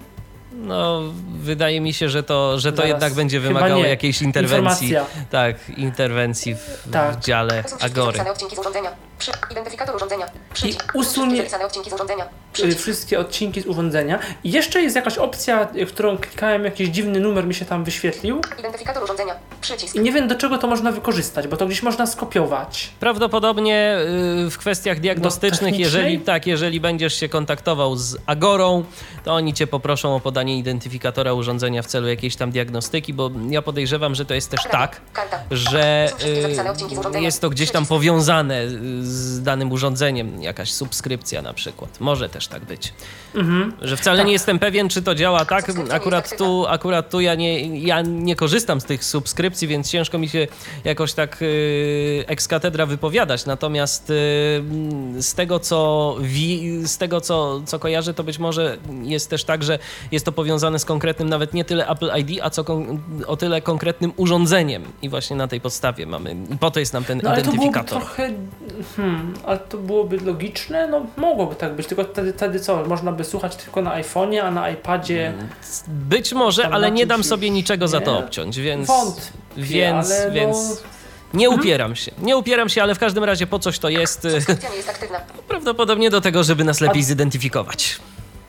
No, wydaje mi się, że to, że to Zaraz, jednak będzie wymagało nie. jakiejś interwencji. Informacja. Tak, interwencji w, tak. w dziale Agory. Zapisane odcinki z urządzenia. Przy identyfikator urządzenia. I usunie zapisane odcinki z urządzenia. Przycisk. Wszystkie odcinki z urządzenia. I jeszcze jest jakaś opcja, którą klikałem, jakiś dziwny numer mi się tam wyświetlił. Identyfikator urządzenia. Przycisk. I nie wiem, do czego to można wykorzystać, bo to gdzieś można skopiować. Prawdopodobnie yy, w kwestiach diagnostycznych, jeżeli tak, jeżeli będziesz się kontaktował z Agorą, to oni cię poproszą o podanie identyfikatora urządzenia w celu jakiejś tam diagnostyki, bo ja podejrzewam, że to jest też tak, że yy, jest to gdzieś tam powiązane z danym urządzeniem, jakaś subskrypcja na przykład. Może też tak być. Mhm. Że wcale tak. nie jestem pewien, czy to działa tak. Akurat tu, akurat tu ja, nie, ja nie korzystam z tych subskrypcji, więc ciężko mi się jakoś tak yy, ex cathedra wypowiadać. Natomiast yy, z tego, co, wi, z tego co, co kojarzę, to być może jest też tak, że jest to powiązane z konkretnym, nawet nie tyle Apple I D, a co kon, o tyle konkretnym urządzeniem. I właśnie na tej podstawie mamy, i po to jest nam ten no, ale identyfikator. To trochę, hmm, ale to byłoby logiczne? No mogłoby tak być, tylko wtedy, wtedy co? Można by słuchać tylko na iPhone'ie, a na iPadzie... Być może, ale nie dam sobie niczego nie. za to obciąć, więc... Wątpię, więc, ale więc no... nie upieram się. Nie upieram się, ale w każdym razie po coś to jest... Subskrypcja nie jest aktywna. Prawdopodobnie do tego, żeby nas lepiej a... zidentyfikować.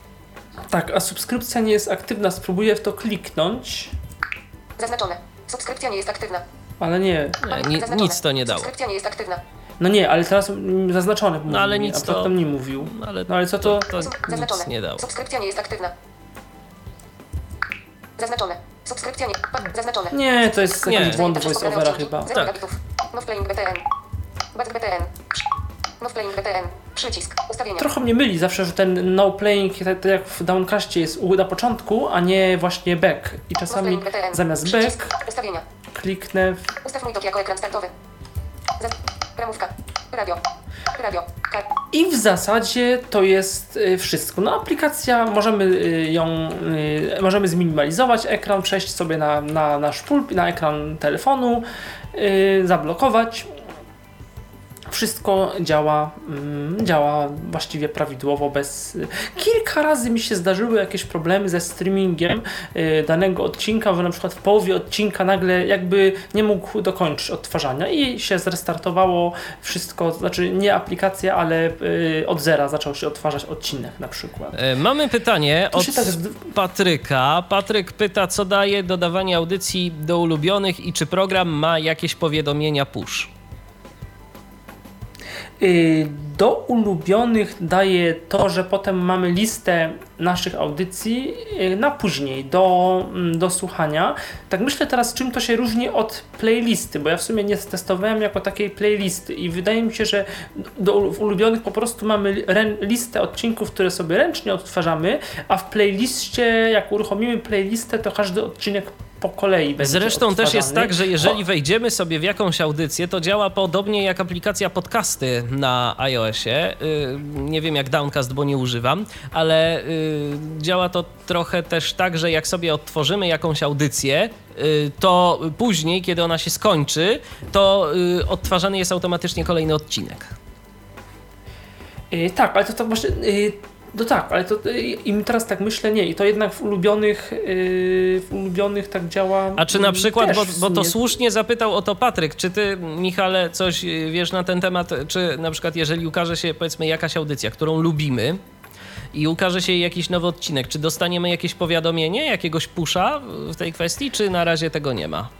Tak, a subskrypcja nie jest aktywna. Spróbuję w to kliknąć. Zaznaczone. Subskrypcja nie jest aktywna. Ale nie. nie ni- nic to nie dało. Subskrypcja nie jest aktywna. No nie, ale teraz zaznaczone No ale nic a to... potem nie mówił. Ale, no ale co to... to, to Zaznaczone. nic nie dało. Subskrypcja nie jest aktywna. Zaznaczone. Subskrypcja nie... Zaznaczone. Nie, to jest Nie. jakiś błąd voiceovera chyba. Tak. Now playing B T N. Back B T N. Now playing B T N. Przycisk. Ustawienia. Trochę mnie myli zawsze, że ten no playing, tak jak w Downcastie jest u- na początku, a nie właśnie back. I czasami Now playing B T N. zamiast Przycisk. back Ustawienia. kliknę w... Ustaw mój tok jako ekran startowy. Zaz... Ramówka. Radio. Radio. Kar... I w zasadzie to jest y, wszystko. No aplikacja, możemy y, ją, y, możemy zminimalizować ekran, przejść sobie na, na nasz pult, na ekran telefonu, y, zablokować. Wszystko działa, mm, działa właściwie prawidłowo, bez... Kilka razy mi się zdarzyły jakieś problemy ze streamingiem y, danego odcinka, że na przykład w połowie odcinka nagle jakby nie mógł dokończyć odtwarzania i się zrestartowało wszystko, znaczy nie aplikacja, ale y, od zera zaczął się odtwarzać odcinek na przykład. E, Mamy pytanie To od się tak z- Patryka. Patryk pyta, co daje dodawanie audycji do ulubionych i czy program ma jakieś powiadomienia push? Y, Do ulubionych daje to, że potem mamy listę naszych audycji y, na później, do, mm, do słuchania. Tak myślę teraz, czym to się różni od playlisty, bo ja w sumie nie testowałem jako takiej playlisty i wydaje mi się, że do w ulubionych po prostu mamy rę- listę odcinków, które sobie ręcznie odtwarzamy, a w playliście, jak uruchomimy playlistę, to każdy odcinek po kolei będzie Zresztą też jest odtwarzany. tak, że jeżeli wejdziemy sobie w jakąś audycję, to działa podobnie jak aplikacja podcasty na iOSie. Yy, nie wiem jak Downcast, bo nie używam, ale yy, działa to trochę też tak, że jak sobie odtworzymy jakąś audycję, yy, to później, kiedy ona się skończy, to yy, odtwarzany jest automatycznie kolejny odcinek. Yy, tak, ale to, to właśnie... Yy, no tak, ale to yy, i mi teraz tak myślę, nie, i to jednak w ulubionych, yy, w ulubionych tak działa. A czy na przykład, też bo, w bo to sumie. słusznie zapytał o to Patryk, czy ty, Michale, coś y, wiesz na ten temat, czy na przykład jeżeli ukaże się, powiedzmy, jakaś audycja, którą lubimy i ukaże się jakiś nowy odcinek, czy dostaniemy jakieś powiadomienie, jakiegoś pusha w tej kwestii, czy na razie tego nie ma?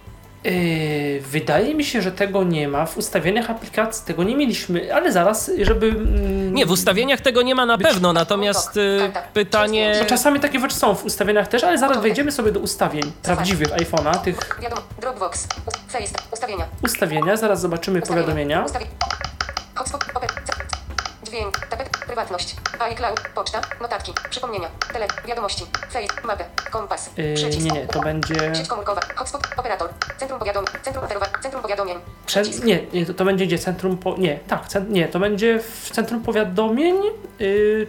Yy, wydaje mi się, że tego nie ma. W ustawieniach aplikacji tego nie mieliśmy, ale zaraz, żeby... Mm, Nie, w ustawieniach tego nie ma na być- pewno, natomiast y, pytanie... Bo czasami takie rzeczy są w ustawieniach też, ale zaraz wejdziemy sobie do ustawień prawdziwych iPhone'a, tych Wiadomo. Dropbox. Face. Ustawienia. ustawienia, zaraz zobaczymy powiadomienia. Ustawi... Hotspot. Open. Dźwięk. Tapet. Prywatność. iCloud. Poczta. Notatki. Przypomnienia. Tele. Wiadomości. Face. Mapę. Kompas. Yy, Przycisk. nie, nie, to będzie... Sieć komórkowa. Hotspot. Operator. Centrum powiadomień. Centrum oferowania. Centrum powiadomień. Prze- Przycisk. nie, nie, to, to będzie gdzie? Centrum... Po- nie, tak, cen- nie, to będzie w centrum powiadomień. Yy,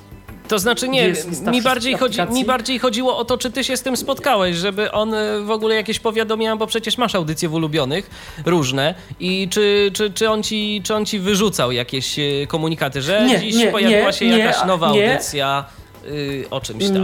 To znaczy Gdzie nie, jest lista mi wszystkich bardziej, chodzi, aplikacji? mi bardziej chodziło o to, czy ty się z tym spotkałeś, żeby on y, w ogóle jakieś powiadomienia, bo przecież masz audycje w ulubionych, różne, i czy, czy, czy, on, ci, czy on ci wyrzucał jakieś y, komunikaty, że Nie, dziś nie, pojawiła nie, się nie, jakaś nowa nie. audycja y, o czymś tam.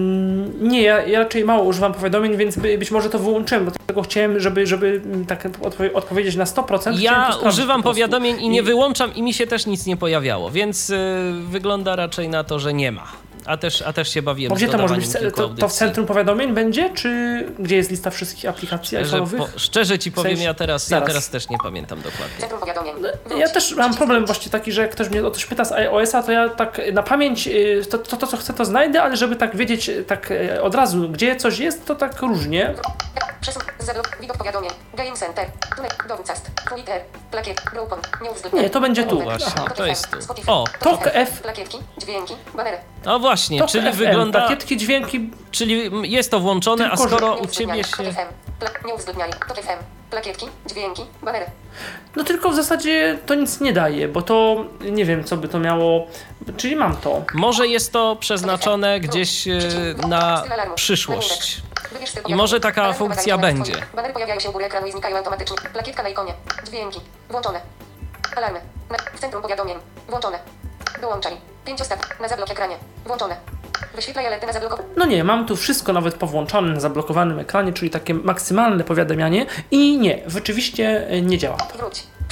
Mm, nie, ja, ja raczej mało używam powiadomień, więc by, być może to wyłączyłem. Dlatego chciałem, żeby, żeby mm, tak odpo- odpowiedzieć na sto procent. Chciałem Ja to sprawdzić używam po prostu. powiadomień i nie I- wyłączam i mi się też nic nie pojawiało, więc y, wygląda raczej na to, że nie ma. A też, a też się bawiłem Bo z gdzie to może być? dodawaniem kilku To, to w audycji. centrum powiadomień będzie, czy gdzie jest lista wszystkich aplikacji Szczerze, iPhone'owych? po, szczerze ci powiem, sensie- ja teraz, ja zaraz. teraz też nie pamiętam dokładnie. Centrum powiadomień. Ja też mam problem właśnie taki, że jak ktoś mnie o coś pyta z iOS-a, to ja tak na pamięć y, to, to, to co chcę, to znajdę, ale żeby tak wiedzieć y, tak y, od razu, gdzie coś jest, to tak różnie. Przesuń. Zablok. Widok powiadomień. Game Center. Tunek. Downcast. Twitter. Plakiet. Groupon. Nie uwzględniaj. Nie, to będzie tu. Właśnie, Aha. to jest tu. Spotify. O, Tok F. Plakietki. Dźwięki. Banery. no właśnie, To czyli F M, wygląda, pakietki, dźwięki. czyli jest to włączone, Tylko, a że skoro Nie u ciebie uwzględniaj. się... Tok F M. Pla- Nie uwzględniaj. Tok F M. Plakietki. Dźwięki. Banery. No tylko w zasadzie to nic nie daje, bo to nie wiem, co by to miało. Czyli mam to. Może jest to przeznaczone gdzieś e, na przyszłość. Wybierz styl I może taka powiadomień. funkcja Banery będzie. pojawiają się- Banery pojawiają się u góry ekranu i znikają automatycznie. Plakietka na ikonie. Dźwięki. Włączone. Alarmy. Na, w centrum powiadomień. Włączone. Dołączaj. Pięciostak. Na zablok ekranie. Włączone. Wyświetlaj alerty na zablok. No nie, mam tu wszystko nawet powłączane na zablokowanym ekranie, czyli takie maksymalne powiadamianie i nie, rzeczywiście nie działa. Wróć. Przycisk.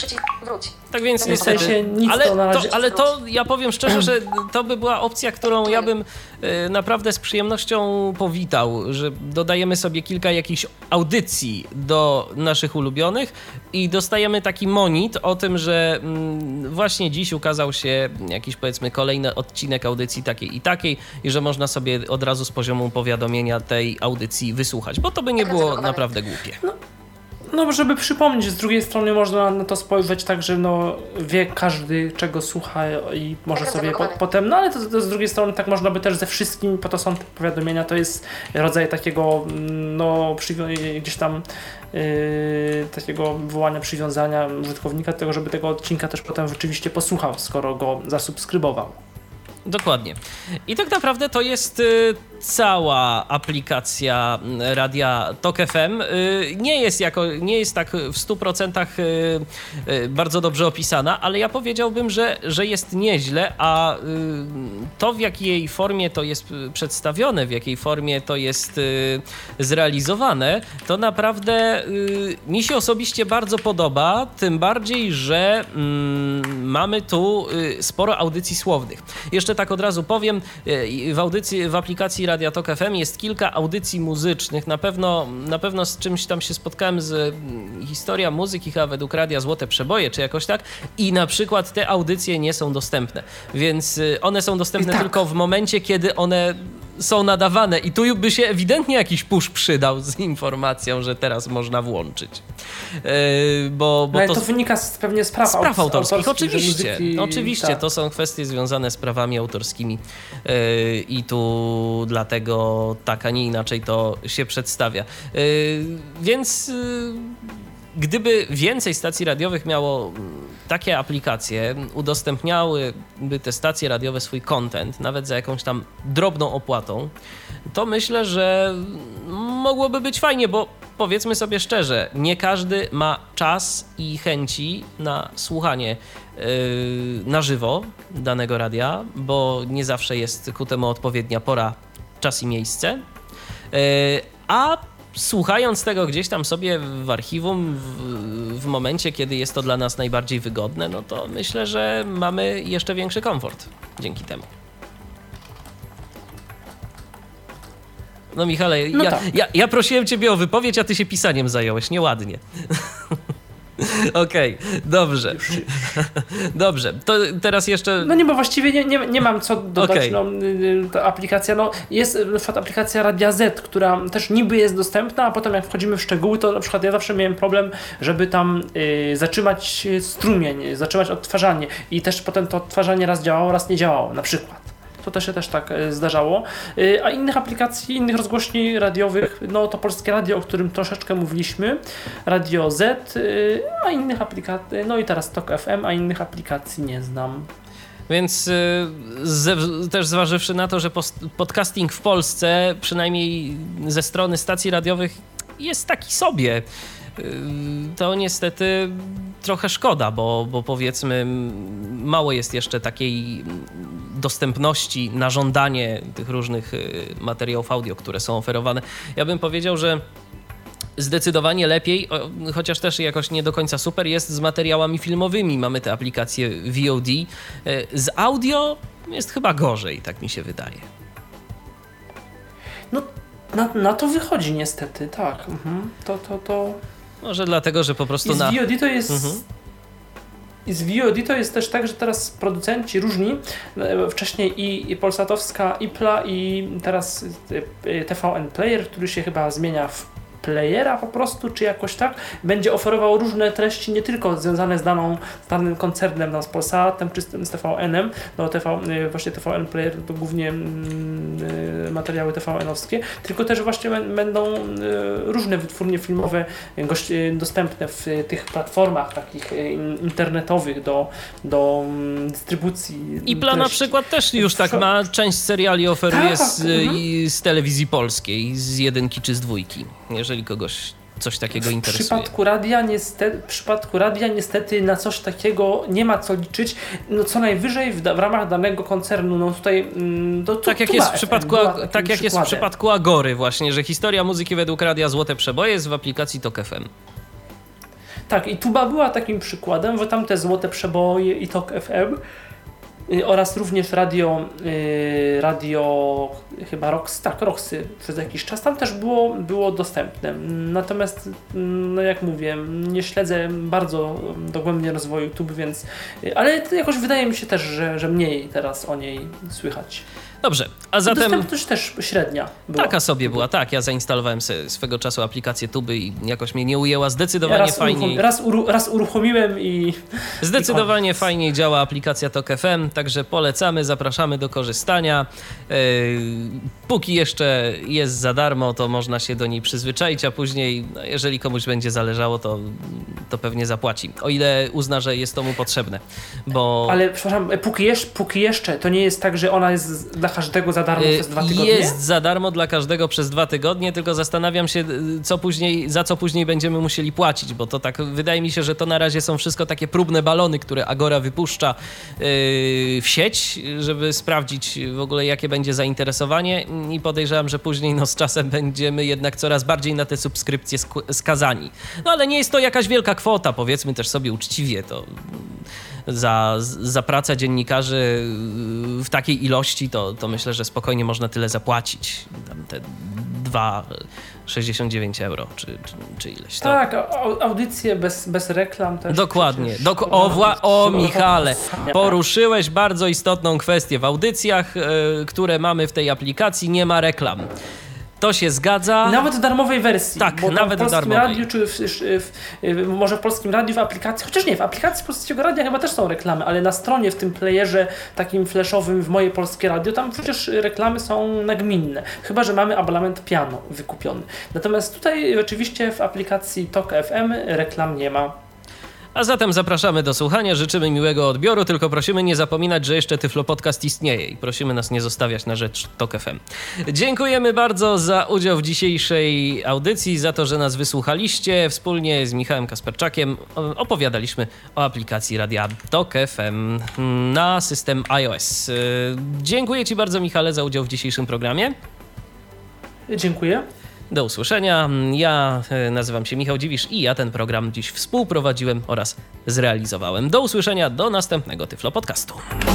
Wróć. Tak więc W sensie niestety, nic ale to na to, razie- ale to ja powiem szczerze, że to by była opcja, którą ja bym e, naprawdę z przyjemnością powitał, że dodajemy sobie kilka jakichś audycji do naszych ulubionych i dostajemy taki monit o tym, że mm, właśnie dziś ukazał się jakiś, powiedzmy, kolejny odcinek audycji takiej i takiej i że można sobie od razu z poziomu powiadomienia tej audycji wysłuchać, bo to by nie było naprawdę głupie. No, żeby przypomnieć, z drugiej strony można na to spojrzeć tak, że no, wie każdy, czego słucha i może sobie po, potem, no ale to, to z drugiej strony tak można by też ze wszystkim, po to są te powiadomienia, to jest rodzaj takiego, no, przywi- gdzieś tam yy, takiego wywołania przywiązania użytkownika do tego, żeby tego odcinka też potem rzeczywiście posłuchał, skoro go zasubskrybował. Dokładnie. I tak naprawdę to jest y, cała aplikacja Radia Tok F M. Y, nie jest jako, nie jest tak w stu procentach y, y, bardzo dobrze opisana, ale ja powiedziałbym, że, że jest nieźle, a y, to, w jakiej formie to jest przedstawione, w jakiej formie to jest y, zrealizowane, to naprawdę y, mi się osobiście bardzo podoba, tym bardziej, że y, mamy tu y, sporo audycji słownych. Jeszcze tak od razu powiem, w audycji, w aplikacji Radia Tok F M jest kilka audycji muzycznych. Na pewno, na pewno z czymś tam się spotkałem z Historia Muzyki, chyba według Radia Złote Przeboje, czy jakoś tak. I na przykład te audycje nie są dostępne. Więc one są dostępne tak. tylko w momencie, kiedy one są nadawane. I tu by się ewidentnie jakiś push przydał z informacją, że teraz można włączyć. Yy, bo, bo no to, to wynika z, pewnie z praw, z praw autorskich. autorskich Oczywiście, muzyki, oczywiście tak. To są kwestie związane z prawami autorskimi yy, i tu dlatego tak, a nie inaczej to się przedstawia. Yy, więc yy, gdyby więcej stacji radiowych miało takie aplikacje, udostępniałyby te stacje radiowe swój content, nawet za jakąś tam drobną opłatą, to myślę, że mogłoby być fajnie, bo powiedzmy sobie szczerze, nie każdy ma czas i chęci na słuchanie yy, na żywo danego radia, bo nie zawsze jest ku temu odpowiednia pora, czas i miejsce, yy, a słuchając tego gdzieś tam sobie w archiwum, w, w momencie, kiedy jest to dla nas najbardziej wygodne, no to myślę, że mamy jeszcze większy komfort dzięki temu. No Michale, no ja, tak. ja, ja prosiłem ciebie o wypowiedź, a ty się pisaniem zająłeś, nieładnie. Okej, okay, dobrze. Dobrze, to teraz jeszcze... No nie, bo właściwie nie, nie, nie mam co dodać. Okay. No, ta aplikacja, no jest na przykład aplikacja Radia Z, która też niby jest dostępna, a potem jak wchodzimy w szczegóły, to na przykład ja zawsze miałem problem, żeby tam y, zatrzymać strumień, zatrzymać odtwarzanie i też potem to odtwarzanie raz działało, raz nie działało, na przykład. To też się też tak zdarzało. A innych aplikacji, innych rozgłośni radiowych, no to Polskie Radio, o którym troszeczkę mówiliśmy, Radio Z, a innych aplikacji, no i teraz Tok F M, a innych aplikacji nie znam. Więc ze, też zważywszy na to, że post, podcasting w Polsce, przynajmniej ze strony stacji radiowych, jest taki sobie, to niestety trochę szkoda, bo, bo powiedzmy mało jest jeszcze takiej dostępności na żądanie tych różnych materiałów audio, które są oferowane. Ja bym powiedział, że zdecydowanie lepiej, chociaż też jakoś nie do końca super, jest z materiałami filmowymi. Mamy te aplikacje V O D. Z audio jest chyba gorzej, tak mi się wydaje. No, na, na to wychodzi niestety, tak. Mhm. To, to, to... Może dlatego, że po prostu I z na... V O D to jest... Mhm. I z V O D to jest też tak, że teraz producenci różni, wcześniej i, i Polsatowska, i P L A, i teraz T V N Player, który się chyba zmienia w playera po prostu, czy jakoś tak, będzie oferował różne treści, nie tylko związane z daną, z danym koncernem, no, z Polsatem, czy z T V N-em, no T V, właśnie T V N Player to głównie mm, materiały T V N-owskie, tylko też właśnie będą y, różne wytwórnie filmowe gość, y, dostępne w y, tych platformach takich y, internetowych do, do y, dystrybucji I P L A na przykład też już tak ma, część seriali oferuje tak, z, mhm. y, z telewizji polskiej, z jedynki czy z dwójki, jeżeli kogoś coś takiego interesuje. W przypadku radia niestety, w przypadku radia niestety na coś takiego nie ma co liczyć, no co najwyżej w, w ramach danego koncernu, no tutaj to, to, tak jak, tu jest w, F M, przypadku, tak jak jest w przypadku Agory właśnie, że Historia Muzyki według Radia Złote Przeboje jest w aplikacji Tok F M. Tak, i Tuba była takim przykładem, bo tam te złote przeboje i Tok F M y, oraz również radio, y, radio chyba Rox, tak, Roxy przez jakiś czas tam też było, było dostępne. Natomiast, no jak mówię, nie śledzę bardzo dogłębnie rozwoju Tuby, więc, y, ale jakoś wydaje mi się też, że, że mniej teraz o niej słychać. Dobrze, a zatem... Dostępność też średnia była. Taka sobie była, tak. Ja zainstalowałem sobie swego czasu aplikację Tuby i jakoś mnie nie ujęła. Zdecydowanie ja raz fajniej... Uruchom, raz, uru, raz uruchomiłem i... Zdecydowanie i fajniej działa aplikacja Tok F M, także polecamy, zapraszamy do korzystania. Yy, póki jeszcze jest za darmo, to można się do niej przyzwyczaić, a później, no, jeżeli komuś będzie zależało, to, to pewnie zapłaci. O ile uzna, że jest to mu potrzebne, bo... Ale przepraszam, póki, jeż, póki jeszcze, to nie jest tak, że ona jest dla każdego za darmo przez dwa tygodnie? Jest za darmo dla każdego przez dwa tygodnie, tylko zastanawiam się, co później, za co później będziemy musieli płacić, bo to tak, wydaje mi się, że to na razie są wszystko takie próbne balony, które Agora wypuszcza yy, w sieć, żeby sprawdzić w ogóle, jakie będzie zainteresowanie i podejrzewam, że później no, z czasem będziemy jednak coraz bardziej na te subskrypcje sk- skazani. No ale nie jest to jakaś wielka kwota, powiedzmy też sobie uczciwie, to za, za pracę dziennikarzy w takiej ilości, to, to myślę, że spokojnie można tyle zapłacić. Tam te dwa sześćdziesiąt dziewięć euro, czy, czy, czy ileś. To... Tak, audycje bez, bez reklam też. Dokładnie. Dok- o, wła- o Michale, poruszyłeś bardzo istotną kwestię. W audycjach, y, które mamy w tej aplikacji, nie ma reklam. To się zgadza. I nawet w darmowej wersji. Tak, bo nawet w polskim darmowej. radiu, czy w, w, w, może w polskim radiu, w aplikacji, chociaż nie, w aplikacji Polskiego Radia chyba też są reklamy, ale na stronie, w tym playerze takim flashowym w Moje Polskie Radio, tam przecież reklamy są nagminne. Chyba że mamy abonament Piano wykupiony. Natomiast tutaj oczywiście w aplikacji Tok F M reklam nie ma. A zatem zapraszamy do słuchania, życzymy miłego odbioru, tylko prosimy nie zapominać, że jeszcze Tyflo Podcast istnieje i prosimy nas nie zostawiać na rzecz Tok F M. Dziękujemy bardzo za udział w dzisiejszej audycji, za to, że nas wysłuchaliście. Wspólnie z Michałem Kasperczakiem opowiadaliśmy o aplikacji radia Tok F M na system iOS. Dziękuję Ci bardzo, Michale, za udział w dzisiejszym programie. Dziękuję. Do usłyszenia. Ja nazywam się Michał Dziwisz i ja ten program dziś współprowadziłem oraz zrealizowałem. Do usłyszenia, do następnego Tyflo Podcastu.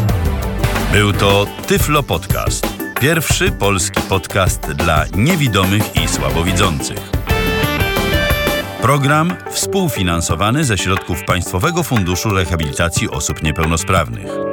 Był to Tyflo Podcast. Pierwszy polski podcast dla niewidomych i słabowidzących. Program współfinansowany ze środków Państwowego Funduszu Rehabilitacji Osób Niepełnosprawnych.